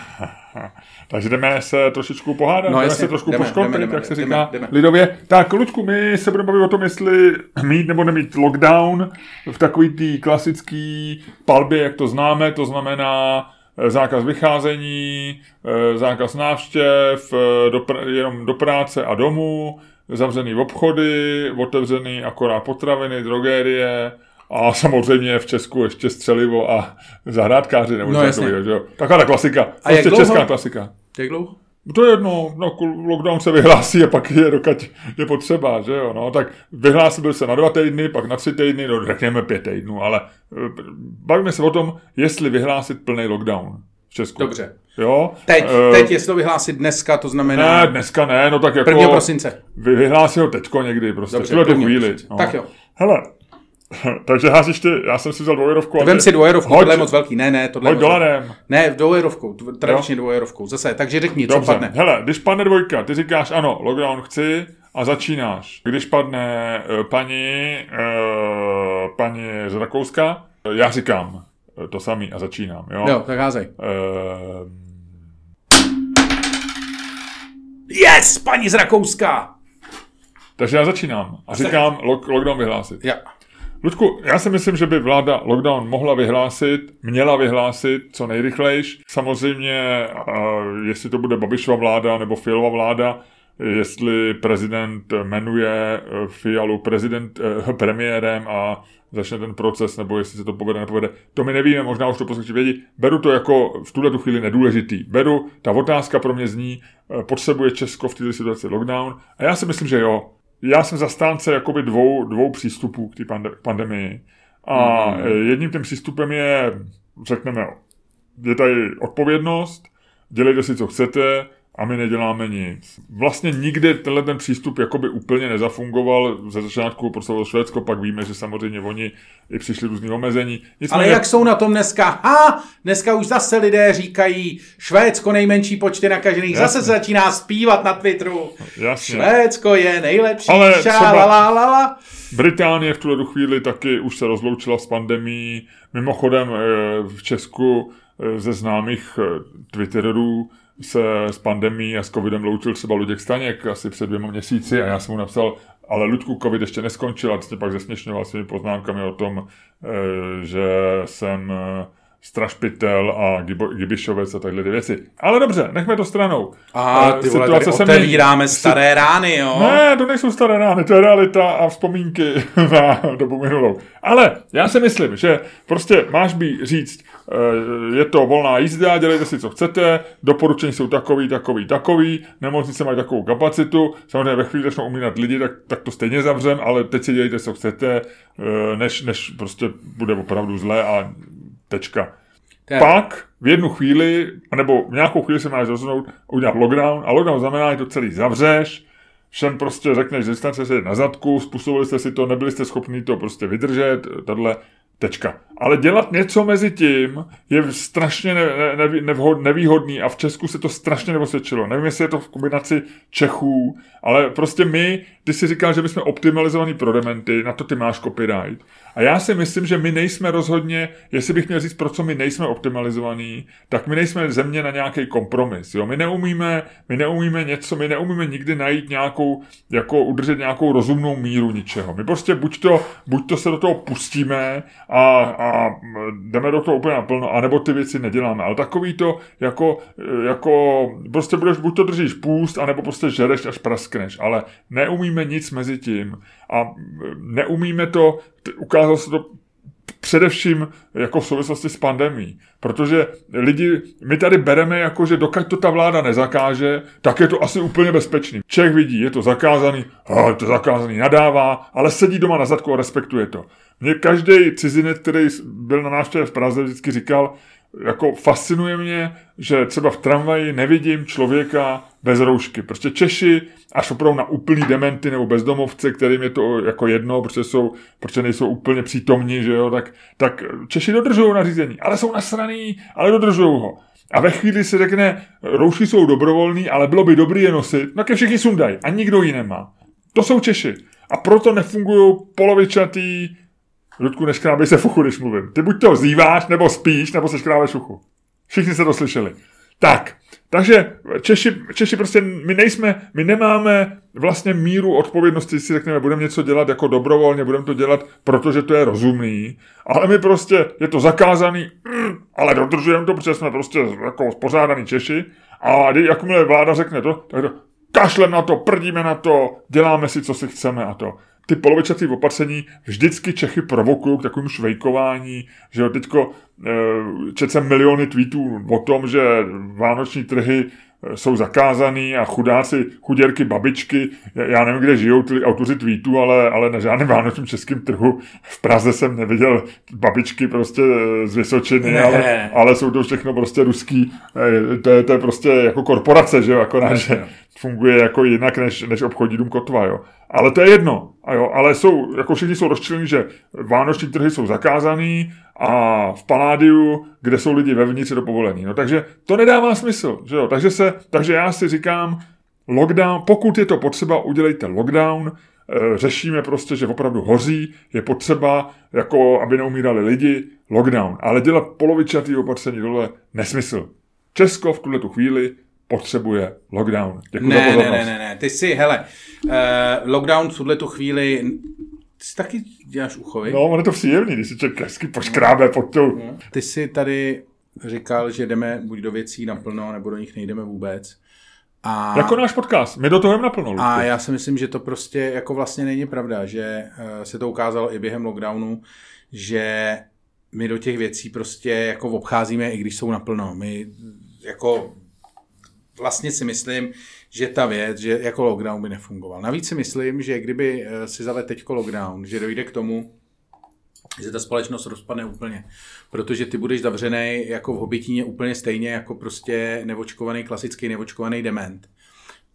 Takže jdeme se trošičku pohádat, no, jdeme jasně, se trošku jdeme, poškoltit, jdeme, jak se jdeme, říká jdeme. lidově. Tak, Luďku, my se budeme bavit o tom, jestli mít nebo nemít lockdown v takový tý klasický palbě, jak to známe, to znamená zákaz vycházení, zákaz návštěv, do pr- jenom do práce a domů, zavřený obchody, otevřený akorát potraviny, drogérie a samozřejmě v Česku ještě střelivo a zahrádkáři. Nebo no jasně. Takový, že jo? Taková ta klasika. A jak dlouho? Česká klasika. Jak dlouho? To je jedno, no, lockdown se vyhlásí a pak je dokud je potřeba, že jo, no, tak vyhlásil byl se na dva týdny, pak na tři týdny, no, řekněme pět týdnů, ale bavíme se o tom, jestli vyhlásit plný lockdown v Česku. Dobře. Jo? Teď, uh, teď jestli to vyhlásit dneska, to znamená... Ne, dneska ne, no tak jako... prvního prosince. Vy, vyhlásí ho teďko někdy, prostě, Dobře, v tuhle chvíli. No. Tak jo. Hele, takže házíš ty, já jsem si vzal dvoujerovku. Vem si dvoujerovku, tohle je moc velký. Ne, ne, tohle je moc dolarem. Velký. Ne, dvoujerovkou, tradičně dvoujerovkou. Zase, takže řekni, co dobře. padne. Hele, když padne dvojka, ty říkáš ano, lockdown chci a začínáš. Když padne uh, paní, uh, paní z Rakouska, já říkám uh, to samý a začínám, jo? Jo, tak házej. Uh, Yes, paní z Rakouska! Takže já začínám a říkám lock, lockdown vyhlásit. Ja. Ludku, já si myslím, že by vláda lockdown mohla vyhlásit, měla vyhlásit co nejrychlejš. Samozřejmě, jestli to bude Babišova vláda nebo Fialova vláda, jestli prezident jmenuje Fialu prezident, eh, premiérem a začne ten proces, nebo jestli se to povede, nepovede. To my nevíme, možná už to posluchači vědí. Beru to jako v tuhle chvíli nedůležitý. Beru, ta otázka pro mě zní, potřebuje Česko v této situaci lockdown? A já si myslím, že jo. Já jsem zastánce jakoby dvou, dvou přístupů k té pande- pandemii. A mm. jedním tím přístupem je, řekneme, je tady odpovědnost, dělejte si, co chcete, a my neděláme nic. Vlastně nikdy tenhle ten přístup jakoby úplně nezafungoval. Ze začátku proslovilo Švédsko, pak víme, že samozřejmě oni i přišli různý omezení. Nicméně... Ale jak jsou na tom dneska? Ha! Dneska už zase lidé říkají Švédsko nejmenší počty nakažených. Jasně. Zase se začíná zpívat na Twitteru. Jasně. Švédsko je nejlepší. Ale ša, třeba la, la, la, la. Británie v tuhle chvíli taky už se rozloučila s pandemií. Mimochodem v Česku ze známých Twitterů se s pandemií a s covidem loučil třeba Luděk Staněk asi před dvěma měsíci a já jsem mu napsal, ale Luďku, covid ještě neskončil, a ty pak zesměšňoval svými poznámkami o tom, že jsem strašpitel a Gibišovec a takhle ty věci. Ale dobře, nechme to stranou. A ty vole, tady otevíráme staré rány, jo? Ne, to nejsou staré rány, to je realita a vzpomínky na dobu minulou. Ale já si myslím, že prostě máš být říct, je to volná jízda, dělejte si, co chcete, doporučení jsou takový, takový, takový, nemocnice mají takovou kapacitu, samozřejmě ve chvíli, když začnou umírat lidi, tak, tak to stejně zavřem, ale teď si dělejte, co chcete, než, než prostě bude opravdu zlé a tečka. Tak. Pak v jednu chvíli, nebo v nějakou chvíli se máš rozhodnout udělat lockdown a lockdown znamená, že to celý zavřeš, všem prostě řekneš, že jste se na zadku, způsobili jste si to, nebyli jste schopni to prostě vydržet, tato tečka. Ale dělat něco mezi tím je strašně ne, ne, nevhod, nevýhodný a v Česku se to strašně neosvědčilo. Nevím, jestli je to v kombinaci Čechů, ale prostě my, ty si říkal, že my jsme optimalizovaní pro dementy, na to ty máš copyright. A já si myslím, že my nejsme rozhodně, jestli bych měl říct, pro co my nejsme optimalizovaní, tak my nejsme země na nějaký kompromis. Jo? My neumíme, my neumíme něco, my neumíme nikdy najít nějakou, jako udržet nějakou rozumnou míru ničeho. My prostě buď to, buď to se do toho pustíme a, a jdeme do toho úplně naplno, anebo ty věci neděláme. Ale takový to, jako, jako prostě budeš, buď to držíš půst, anebo prostě žereš až praskneš. Ale neumíme nic mezi tím. A neumíme to, ukázalo se to především jako v souvislosti s pandemií. Protože lidi, my tady bereme jako, že dokud to ta vláda nezakáže, tak je to asi úplně bezpečný. Čech vidí, je to zakázaný, je to zakázaný, nadává, ale sedí doma na zadku a respektuje to. Mě každý cizinec, který byl na návštěvě v Praze, vždycky říkal, jako fascinuje mě, že třeba v tramvaji nevidím člověka bez roušky. Prostě Češi, až opravdu na úplný dementy nebo bezdomovce, kterým je to jako jedno, protože, jsou, protože nejsou úplně přítomní, že jo, tak, tak Češi dodržují nařízení, ale jsou nasraný, ale dodržují ho. A ve chvíli se řekne, roušky jsou dobrovolný, ale bylo by dobrý je nosit, tak je všichni sundají a nikdo ji nemá. To jsou Češi. A proto nefungují polovičatý. Ludku, neškrábej se v uchu, když mluvím. Ty buď to zýváš, nebo spíš, nebo se škrábeš v uchu. Všichni se to slyšeli. Tak, takže Češi, Češi prostě, my nejsme, my nemáme vlastně míru odpovědnosti, si řekneme, budeme něco dělat jako dobrovolně, budeme to dělat, protože to je rozumný, ale my prostě, je to zakázaný, ale dodržujeme to, protože jsme prostě jako spořádaný Češi a jakmile vláda řekne to, tak to kašlem na to, prdíme na to, děláme si, co si chceme a to. Ty polovičatý opatření vždycky Čechy provokují k takovému švejkování, že jo, teďko e, četl jsem miliony tweetů o tom, že vánoční trhy jsou zakázaný a chudáci, chuděrky, babičky, já nevím, kde žijou ty autoři tweetů, ale, ale na žádném vánočním českém trhu v Praze jsem neviděl babičky prostě z Vysočiny, ale, ale jsou to všechno prostě ruský, to je, to je prostě jako korporace, že jo, jako naše, funguje jako jinak než, než obchodní dům Kotva, jo. Ale to je jedno, a jo, ale jsou, jako všichni jsou rozčilení, že vánoční trhy jsou zakázaný a v Paládiu, kde jsou lidi vevnitř, je to povolený. No takže to nedává smysl, že jo. Takže se, takže já si říkám, lockdown, pokud je to potřeba, udělejte lockdown, e, řešíme prostě, že opravdu hoří, je potřeba, jako aby neumírali lidi, lockdown. Ale dělat polovičatý opatření dole, nesmysl. Česko v tuhle tu chvíli potřebuje lockdown. Děkuji ne, za pozornost. Ne, ne, ne, ty si, hele, uh, lockdown v tuhle tu chvíli, ty si taky děláš uchovy? No, on je to příjemný, když si člověk hezky poškrábe pod tou. Ty si tady říkal, že jdeme buď do věcí naplno, nebo do nich nejdeme vůbec. A... Jako náš podcast, my do toho jdeme naplno. Ludku. A já si myslím, že to prostě jako vlastně není pravda, že uh, se to ukázalo i během lockdownu, že my do těch věcí prostě jako obcházíme, i když jsou naplno. My jako vlastně si myslím, že ta věc, že jako lockdown by nefungoval. Navíc si myslím, že kdyby si zavedl teďko lockdown, že dojde k tomu, že ta společnost rozpadne úplně. Protože ty budeš zavřenej jako v Hobitíně úplně stejně jako prostě neočkovaný, klasický neočkovaný dement.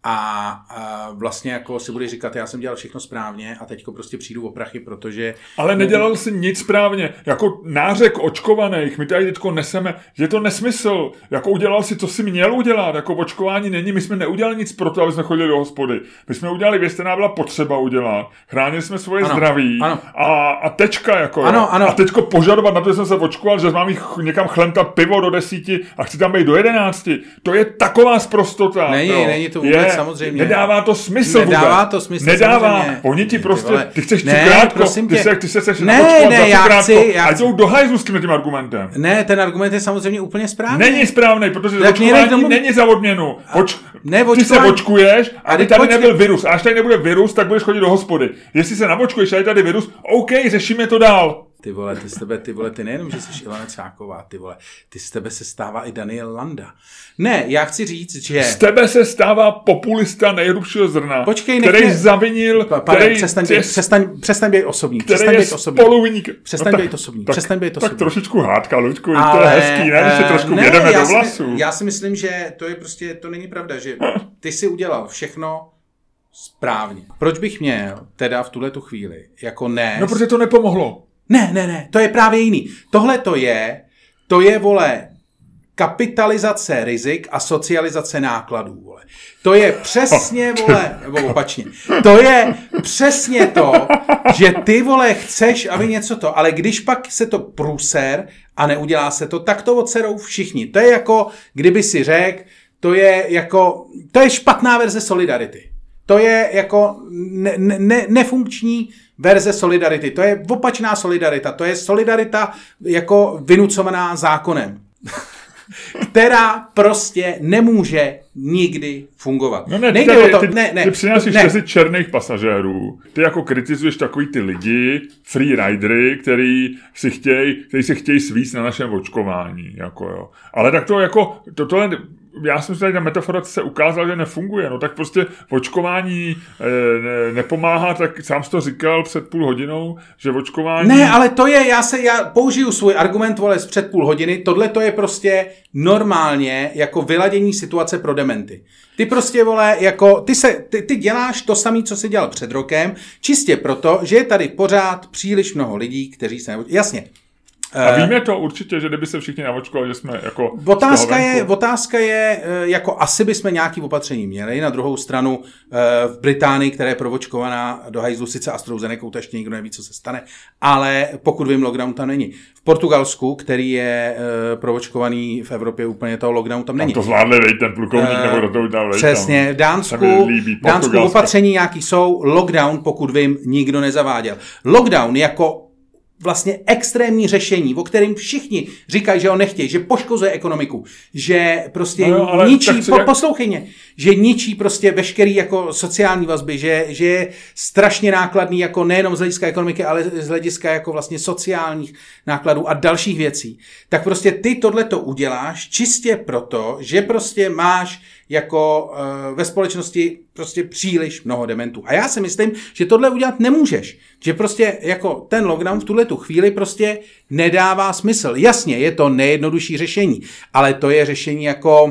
a, a vlastně jako si budeš říkat, já jsem dělal všechno správně a teďko prostě přijdu o prachy, protože... Ale nedělal jsi nic správně. Jako nářek očkovaných, my tady teďko neseme, je to nesmysl. Jako udělal si, co jsi měl udělat. Jako očkování není, my jsme neudělali nic pro to, aby jsme chodili do hospody. My jsme udělali věc, která byla potřeba udělat. Chránili jsme svoje ano, zdraví ano. A, a tečka. Jako, ano, ano. A teďko požadovat na to, že jsem se očkoval, že mám jich někam chlemtat pivo do desíti a chci tam být do jedenácti. To je taková sprostota. Není, jo. není to vůbec. Samozřejmě. Nedává to smysl Nedává vůbec. to smysl, Nedává. samozřejmě. Oni ti prostě, vole. ty chceš Ne, cukrátko, prosím ty tě. se, ty se chceš Ne, naočkovat ne, za já cukrátko. chci, já a chci. jdou do hajzlu s tím argumentem. Ne, ten argument je samozřejmě úplně správný. Není správný, protože Tak očkování tomu... není za odměnu. Oč... Ne, ty se očkuješ, aby tady počkej. nebyl virus. A až tady nebude virus, tak budeš chodit do hospody. Jestli se naočkuješ, a je tady virus, OK, řešíme to dál. Ty vole, ty z tebe, ty vole, ty nejenom, že jsi Ilona Čáková, ty vole, ty z tebe se stává i Daniel Landa. Ne, já chci říct, že... Z tebe se stává populista nejhrubšího zrna, Počkej, který nechně... zavinil... Pane, který přestaň, tě... být, přestaň, přestaň být osobní. Který přestaň je být osobní. spoluviník. Přestaň no, být osobní. Tak, přestaň být osobní. Tak trošičku hádka, Luďku, Ale, to je hezký, ne? Když se trošku ne, jedeme do si, vlasů. Já si myslím, že to je prostě, to není pravda, že ty si udělal všechno správně. Proč bych měl teda v tuhletu chvíli jako ne... No, protože to nepomohlo. Ne, ne, ne, to je právě jiný. Tohle to je, to je, vole, kapitalizace rizik a socializace nákladů, vole. To je přesně, vole, nebo opačně, to je přesně to, že ty, vole, chceš, aby něco to, ale když pak se to průser a neudělá se to, tak to odserou všichni. To je jako, kdyby si řekl, to je jako, to je špatná verze solidarity. To je jako ne, ne, nefunkční verze solidarity. To je opačná solidarita. To je solidarita jako vynucovaná zákonem, která prostě nemůže nikdy fungovat. No ne, ty, tady, to, ty, ne, ne, ty přinášíš časy černých pasažérů. Ty jako kritizuješ takový ty lidi, freeridery, který si chtějí, který si chtějí svíst na našem očkování. Jako jo. Ale tak to jako, to, tohle, já jsem si tady ta metafora se ukázal, že nefunguje. No tak prostě očkování e, ne, nepomáhá, tak sám jsi to říkal před půl hodinou, že očkování... Ne, ale to je, já se, já použiju svůj argument, vole, z před půl hodiny, tohle to je prostě normálně jako vyladění situace pro dementy. Ty prostě, vole, jako, ty, se, ty, ty děláš to samé, co jsi dělal před rokem, čistě proto, že je tady pořád příliš mnoho lidí, kteří se nevočkují. Jasně. A víme to určitě, že kdyby se všichni navočkovali, že jsme jako... Otázka je, otázka je, jako asi bychom nějaký opatření měli. Na druhou stranu v Británii, která je provočkovaná do hajzlu, sice AstraZeneca, to ještě nikdo neví, co se stane, ale pokud vím, lockdown tam není. V Portugalsku, který je provočkovaný v Evropě, úplně toho lockdown tam není. Tam to zvládli, vej, ten plukovník, uh, nebo do toho udělal, přesně, v Dánsku, Dánsku opatření nějaký jsou, lockdown, pokud vím, nikdo nezaváděl. Lockdown jako vlastně extrémní řešení, o kterém všichni říkají, že ho nechtějí, že poškozuje ekonomiku, že prostě no jo, ničí, po, jak... poslouchej mě, že ničí prostě veškerý jako sociální vazby, že, že je strašně nákladný jako nejenom z hlediska ekonomiky, ale z hlediska jako vlastně sociálních nákladů a dalších věcí. Tak prostě ty tohleto uděláš čistě proto, že prostě máš jako uh, ve společnosti prostě příliš mnoho dementů. A já si myslím, že tohle udělat nemůžeš. Že prostě jako ten lockdown v tuhletu chvíli prostě nedává smysl. Jasně, je to nejjednodušší řešení, ale to je řešení jako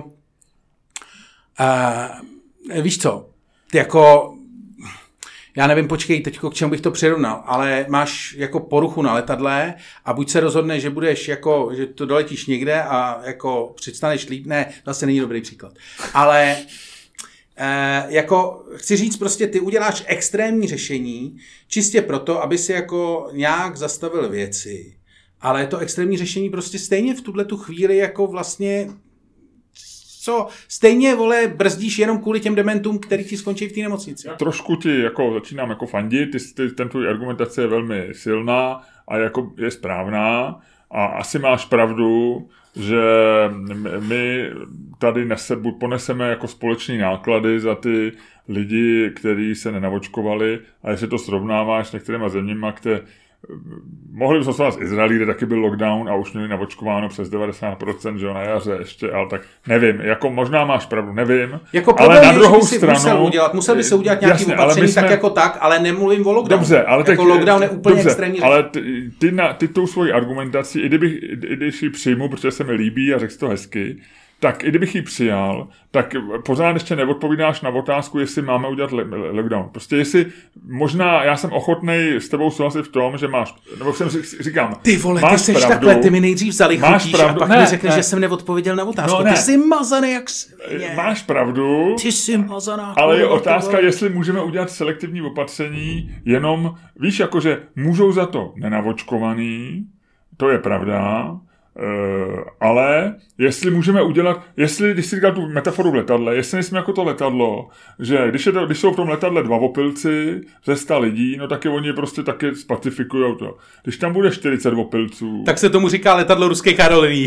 uh, víš co, ty jako já nevím, počkej, teďko k čemu bych to přirovnal, ale máš jako poruchu na letadle a buď se rozhodne, že budeš jako, že to doletíš někde a jako předstaneš líp, ne, to asi není dobrý příklad, ale eh, jako chci říct prostě, ty uděláš extrémní řešení čistě proto, aby si jako nějak zastavil věci, ale to extrémní řešení prostě stejně v tuhletu chvíli jako vlastně co, stejně, vole, brzdíš jenom kvůli těm dementům, který ti skončí v té nemocnici. Já trošku ti jako začínám jako fandit, ty, ty, ten tvůj argumentace je velmi silná a jako je správná a asi máš pravdu, že my tady nese, poneseme jako společný náklady za ty lidi, kteří se nenavočkovali a jestli to srovnáváš s některýma zeměma, které mohli bychom se vás Izraeli, kde taky byl lockdown a už měli navočkováno přes devadesát procent, že jo, na jaře ještě, ale tak nevím, jako možná máš pravdu, nevím, jako ale na je, druhou by si stranu... Musel, udělat, musel by se udělat nějaký jasně, opatření jsme... tak jako tak, ale nemluvím o lockdownu. Dobře, ale jako tak, lockdown je úplně dobře, extrémní. ale ty, ty, na, ty tou svojí argumentací, i, kdybych, i když ji přijmu, protože se mi líbí a řekl to hezky, tak i kdybych ji přijal, tak pořád ještě neodpovídáš na otázku, jestli máme udělat lockdown. Prostě jestli možná, já jsem ochotnej s tebou souhlasit v tom, že máš, nebo jsem říkám, ty vole, máš ty seš pravdu, takhle, ty mi nejdřív zalichytíš a pak ne, mi řekneš, ne. že jsem neodpověděl na otázku. No, ne. Ty jsi mazaný jak svině. Máš pravdu, ty jsi mazaná. ale je otázka, jestli můžeme udělat selektivní opatření, jenom, víš, jakože můžou za to nenavočkovaný, to je pravda, Uh, ale jestli můžeme udělat, jestli, když si říkal tu metaforu v letadle, jestli nejsme jako to letadlo, že když, je to, když jsou v tom letadle dva opilci ze sta lidí, no taky oni prostě taky spacifikujou to. Když tam bude čtyřicet opilců... Tak se tomu říká letadlo ruských aerolinií.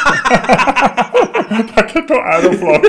Tak je to Aeroflot.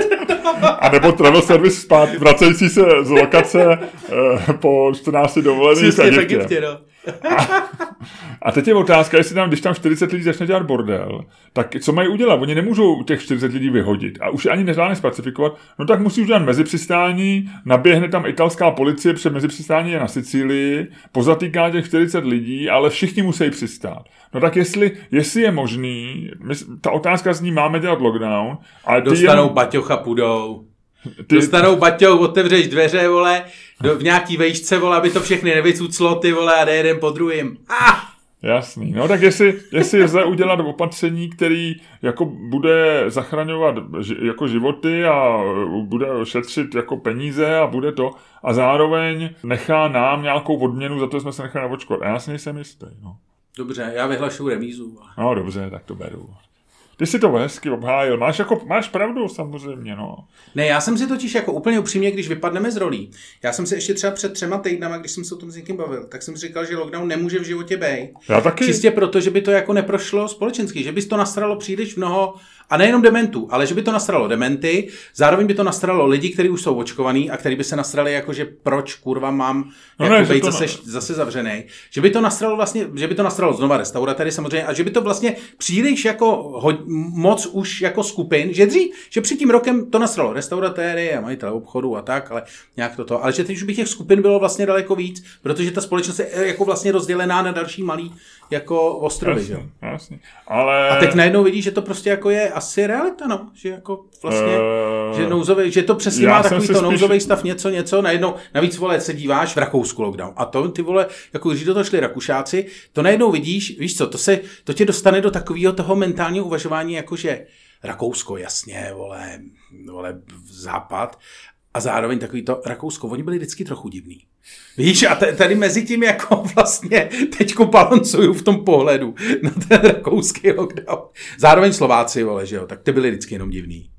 A nebo travel service spát, vracející se z lokace uh, po čtrnácti dovolených v Egyptě. Egyptě no. a, a teď je otázka, jestli tam, když tam čtyřicet lidí začne dělat bordel, tak co mají udělat? Oni nemůžou těch čtyřicet lidí vyhodit a už ani nezvládne specifikovat, no tak musí udělat mezipřistání, naběhne tam italská policie, před mezipřistání je na Sicílii, pozatýká těch čtyřicet lidí, ale všichni musí přistát. No tak jestli, jestli je možný, my, ta otázka zní, máme dělat lockdown, ale dostanou jen... baťocha půjdou. Ty... Dostanou baťou, otevřeš dveře, vole, do, v nějaký vejšce, vole, aby to všechny nevycuclo, ty vole, a jde jeden po druhým. Ah! Jasný. No tak jestli, jestli lze udělat opatření, který jako bude zachraňovat jako životy a bude šetřit jako peníze a bude to a zároveň nechá nám nějakou odměnu za to, že jsme se nechali navočkovat. A já si nejsem jistý. No. Dobře, já vyhlašuju remízu. No dobře, tak to beru. Ty si to hezky obhájil. Máš, jako, máš pravdu samozřejmě, no. Ne, já jsem si totiž jako úplně upřímně, když vypadneme z rolí, já jsem se ještě třeba před třema týdnama, když jsem se o tom s někým bavil, tak jsem si říkal, že lockdown nemůže v životě být. Já taky. Čistě proto, že by to jako neprošlo společensky, že by to nastralo příliš mnoho, a nejenom dementů, ale že by to nastralo dementy, zároveň by to nastralo lidi, kteří už jsou očkovaní a kteří by se nastrali jako, že proč kurva mám no jako ne, být zase, ne. zase zavřený. Že by to nastralo vlastně, že by to nastralo znova restauratéry samozřejmě a že by to vlastně příliš jako ho, moc už jako skupin, že dřív, že před tím rokem to nastralo restauratéry a majitele obchodu a tak, ale nějak toto, ale že teď už by těch skupin bylo vlastně daleko víc, protože ta společnost je jako vlastně rozdělená na další malý jako ostrovy, jasně, že? Jasně. Ale... A teď najednou vidíš, že to prostě jako je asi realita, no, že jako vlastně, uh... že nouzový, že to přesně Já má takový to spíš... nouzový stav, něco, něco, najednou, navíc, vole, se díváš v Rakousku lockdown a to, ty vole, jako když do toho šli Rakušáci, to najednou vidíš, víš co, to se, to tě dostane do takového toho mentálního uvažování, jakože Rakousko, jasně, vole, vole, západ, a zároveň takový to Rakousko, oni byli vždycky trochu divný. Víš, a tady mezi tím jako vlastně teďko balancuju v tom pohledu na ten rakouský lockdown. Zároveň Slováci, vole, že jo, tak ty byli vždycky jenom divný.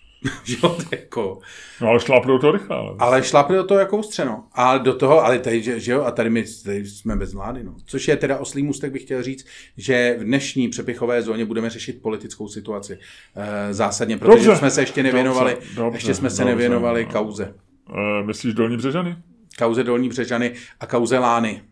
Že jo, jako... No ale šlápli do toho rychle. Ale, ale šlápli do toho jako ostřeno. A do toho, ale tady, že, že jo, a tady my tady jsme bez vlády, no. Což je teda oslý můstek, bych chtěl říct, že v dnešní přepichové zóně budeme řešit politickou situaci. E, zásadně, protože dobře. jsme se ještě nevěnovali, dobře, dobře, ještě jsme se dobře, nevěnovali dobře. kauze. E, myslíš Dolní Břežany? Kauze Dolní Břežany a kauze Lány.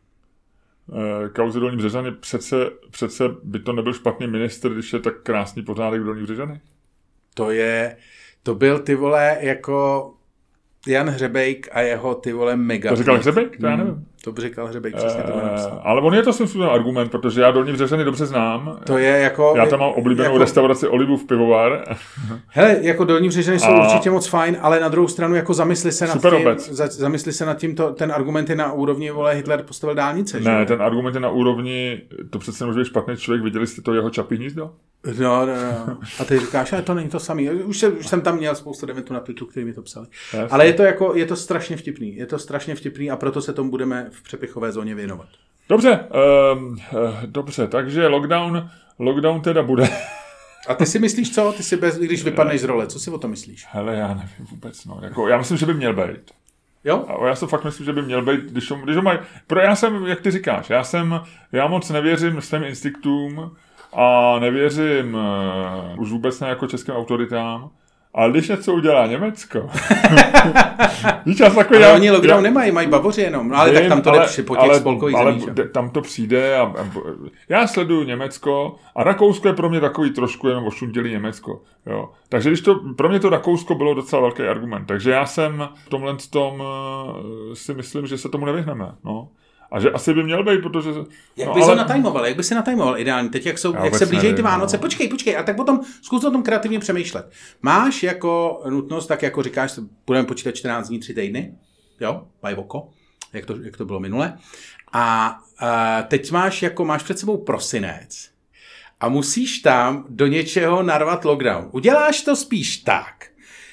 E, kauze Dolní Břežany, přece, přece by to nebyl špatný ministr, když je tak krásný pořádek Dolní Břežany? To je... To byl, ty vole, jako Jan Hřebejk a jeho, ty vole, mega. To říkal Hřebejk? To já nevím. Hmm, to by říkal Hřebejk, přesně to napsal. Ale on je to svým argument, protože já Dolní Břežany dobře znám. To je jako... Já tam mám oblíbenou jako, restauraci Olivův pivovar. Hele, jako Dolní Břežany jsou a, určitě moc fajn, ale na druhou stranu jako zamysli se nad tím, za, zamysli se nad tím, to, ten argument je na úrovni, vole, Hitler postavil dálnice, Ne, že? ten argument je na úrovni, to přece nemůže být špatný člověk, viděli jste to jeho Čapí hnízdo? No, no, no. A ty říkáš, ale to není to samý. Už, se, už jsem tam měl spoustu dementů na Twitteru, který mi to psali. Jasně. Ale je to jako, je to strašně vtipný. Je to strašně vtipný a proto se tomu budeme v přepichové zóně věnovat. Dobře, um, uh, dobře, takže lockdown, lockdown teda bude. A ty si myslíš co? Ty si bez, když vypadneš z role, co si o tom myslíš? Hele, já nevím vůbec, no. Jako, já myslím, že by měl být. Jo? A já si fakt myslím, že by měl být, když ho, když ho mají... Pro já jsem, jak ty říkáš, já jsem, já moc nevěřím svým instinktům, a nevěřím uh, už vůbec ne jako českým autoritám, ale když něco udělá Německo... Víš, takový, ale já, oni lockdown já, nemají, mají Bavoři jenom, no, ale vím, tak tam to jde při, po těch ale, spolkových ale zemích. Ale tam to přijde a, a já sleduju Německo a Rakousko je pro mě takový trošku jenom ošuntělý Německo. Jo. Takže když to, pro mě to Rakousko bylo docela velký argument, takže já jsem v tomhle tom uh, si myslím, že se tomu nevyhneme. No. A že asi by měl být, protože... Jak no, bys ale... ho natajmoval? Jak by si natajmoval ideálně? Teď, jak, jsou, jak se blížejí ty Vánoce, no. počkej, počkej, a tak potom zkus o tom kreativně přemýšlet. Máš jako nutnost, tak jako říkáš, budeme počítat čtrnáct dní, tři týdny, jo, bajvoko, jak to, jak to bylo minule. A, a teď máš, jako máš před sebou prosinec a musíš tam do něčeho narvat lockdown. Uděláš to spíš tak,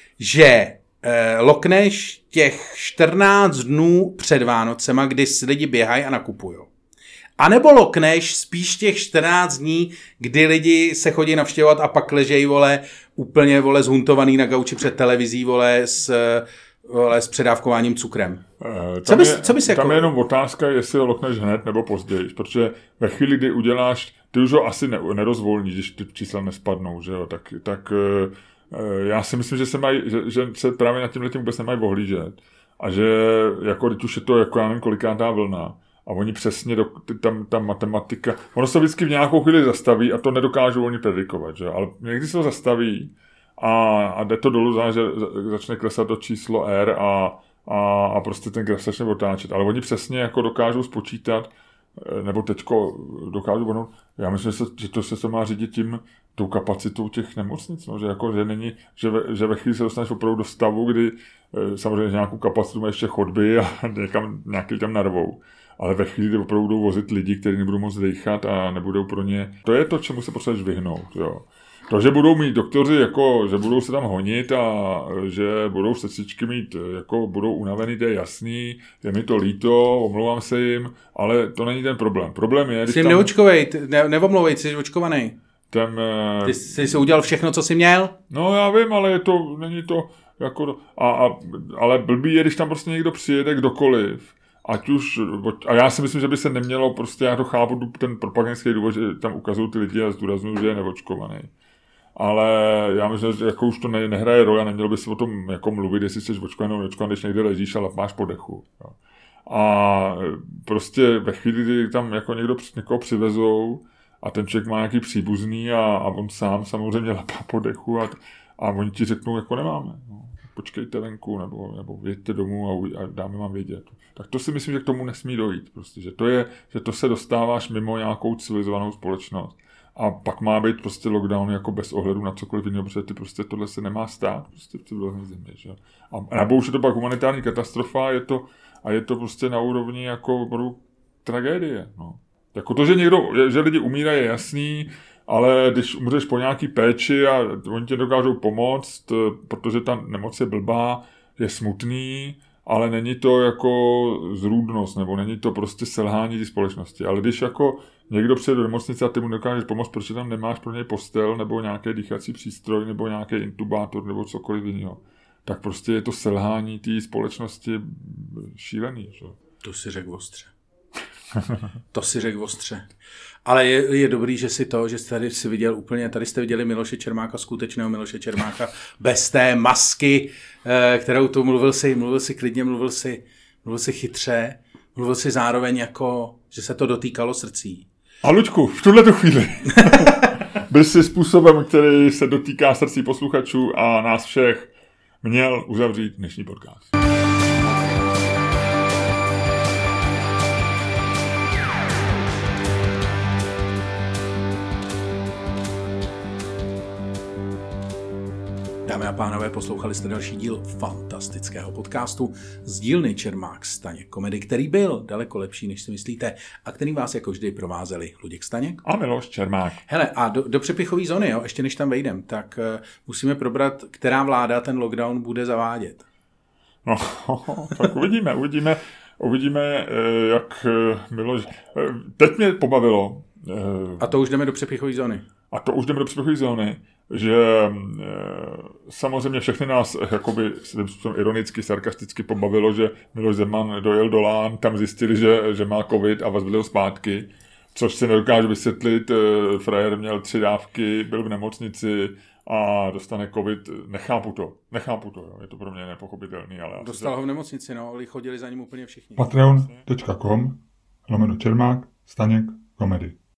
že eh, lokneš těch čtrnáct dnů před Vánocema, kdy lidi běhají a nakupujou. A nebo lokneš spíš těch čtrnáct dní, kdy lidi se chodí navštěvovat a pak ležejí, vole, úplně, vole, zhuntovaný na gauči před televizí, vole, s, vole, s předávkováním cukrem. Eh, co bys, je, co bys tam jako... je jenom otázka, jestli ho lokneš hned nebo později, protože ve chvíli, kdy uděláš, ty už ho asi ne, nerozvolníš, když ty čísla nespadnou, že jo, tak... tak já si myslím, že se, mají, že, že se právě nad tímhletím vůbec nemají ohlížet. A že jako teď už je to jako já nevím kolikátá vlna. A oni přesně, do, tam, ta matematika, ono se vždycky v nějakou chvíli zastaví a to nedokážou oni predikovat. Že? Ale někdy se to zastaví a, a jde to dolů, že začne klesat to číslo R a, a, a prostě ten graf začne otáčet. Ale oni přesně jako dokážou spočítat, nebo teďko dokážou, ono, já myslím, že, se, že to se to má řídit tím, tou kapacitou těch nemocnic, no, že, jako, že, není, že, ve, že ve chvíli se dostaneš opravdu do stavu, kdy e, samozřejmě nějakou kapacitu má ještě chodby a někam, nějaký tam narvou. Ale ve chvíli, kdy opravdu budou vozit lidi, kteří nebudou moc dýchat a nebudou pro ně... To je to, čemu se potřebuješ vyhnout. Jo. To, že budou mít doktoři, jako, že budou se tam honit a že budou sestřičky mít, jako budou unavený, to je jasný, je mi to líto, omlouvám se jim, ale to není ten problém. Problém je... Jsi tam... neočkovej, ne, neomlouvej, jsi očkovaný. Ten, Ty jsi si udělal všechno, co jsi měl? No já vím, ale je to, není to jako, a, a, ale blbý je, když tam prostě někdo přijede, kdokoliv, ať už, a já si myslím, že by se nemělo, prostě já to chápu, ten propagandský důvod, že tam ukazují ty lidi a zdůraznuju, že je neočkovaný. Ale já myslím, že jako už to ne, nehraje roli a nemělo by se o tom jako mluvit, jestli jsi očkovaný nebo neočkovaný, když někde ležíš a máš po dechu. Jo. A prostě ve chvíli, kdy tam jako někdo, někoho přivezou, a ten člověk má nějaký příbuzný a, a on sám samozřejmě lapá po dechu a, a oni ti řeknou, jako nemáme. No, počkejte venku nebo, nebo jeďte domů a, a dáme vám vědět. Tak to si myslím, že k tomu nesmí dojít. Prostě, že, to je, že to se dostáváš mimo nějakou civilizovanou společnost. A pak má být prostě lockdown jako bez ohledu na cokoliv jiného, protože ty prostě tohle se nemá stát prostě v civilizované země. Že? A nebo už je to pak humanitární katastrofa je to, a je to prostě na úrovni jako tragédie. No. Jako to, že někdo, že lidi umírají, je jasný, ale když umřeš po nějaký péči a oni tě dokážou pomoct, protože ta nemoc je blbá, je smutný, ale není to jako zrůdnost, nebo není to prostě selhání té společnosti. Ale když jako někdo přijde do nemocnice a ty mu dokážeš pomoct, protože tam nemáš pro něj postel, nebo nějaký dýchací přístroj, nebo nějaký intubátor, nebo cokoliv jiného, tak prostě je to selhání té společnosti šílený. Že? To si řekl ostře. To si řekl ostře. Ale je, je dobrý, že si to, že jste tady si viděl úplně, tady jste viděli Miloše Čermáka, skutečného Miloše Čermáka, bez té masky, kterou tu mluvil si, mluvil si klidně, mluvil si, mluvil si chytře, mluvil si zároveň jako, že se to dotýkalo srdcí. A Luďku, v tuhletu chvíli byl jsi způsobem, který se dotýká srdcí posluchačů a nás všech, měl uzavřít dnešní podcast. Dámy a pánové, poslouchali jste další díl fantastického podcastu z dílny Čermák Staněk Komedy, který byl daleko lepší, než si myslíte, a který vás jako vždy provázeli Luděk Staněk a Miloš Čermák. Hele, a do, do přepichové zóny, jo, ještě než tam vejdem, tak uh, musíme probrat, která vláda ten lockdown bude zavádět. No, tak uvidíme, uvidíme, uvidíme, jak Miloš... Teď mě pobavilo. A to už jdeme do přepichové zóny. A to už jdeme do přepichové zóny, že e, samozřejmě všechny nás jakoby ironicky, sarkasticky pobavilo, že Miloš Zeman dojel do Lán, tam zjistili, že, že má covid a vazbili ho zpátky, což si nedokážu vysvětlit. E, frajer měl tři dávky, byl v nemocnici a dostane covid. Nechápu to, nechápu to, jo. Je to pro mě nepochopitelný. Ale dostal ho v nemocnici, no, ale chodili za ním úplně všichni. patreon tečka com lomeno Čermák Staněk Komedy.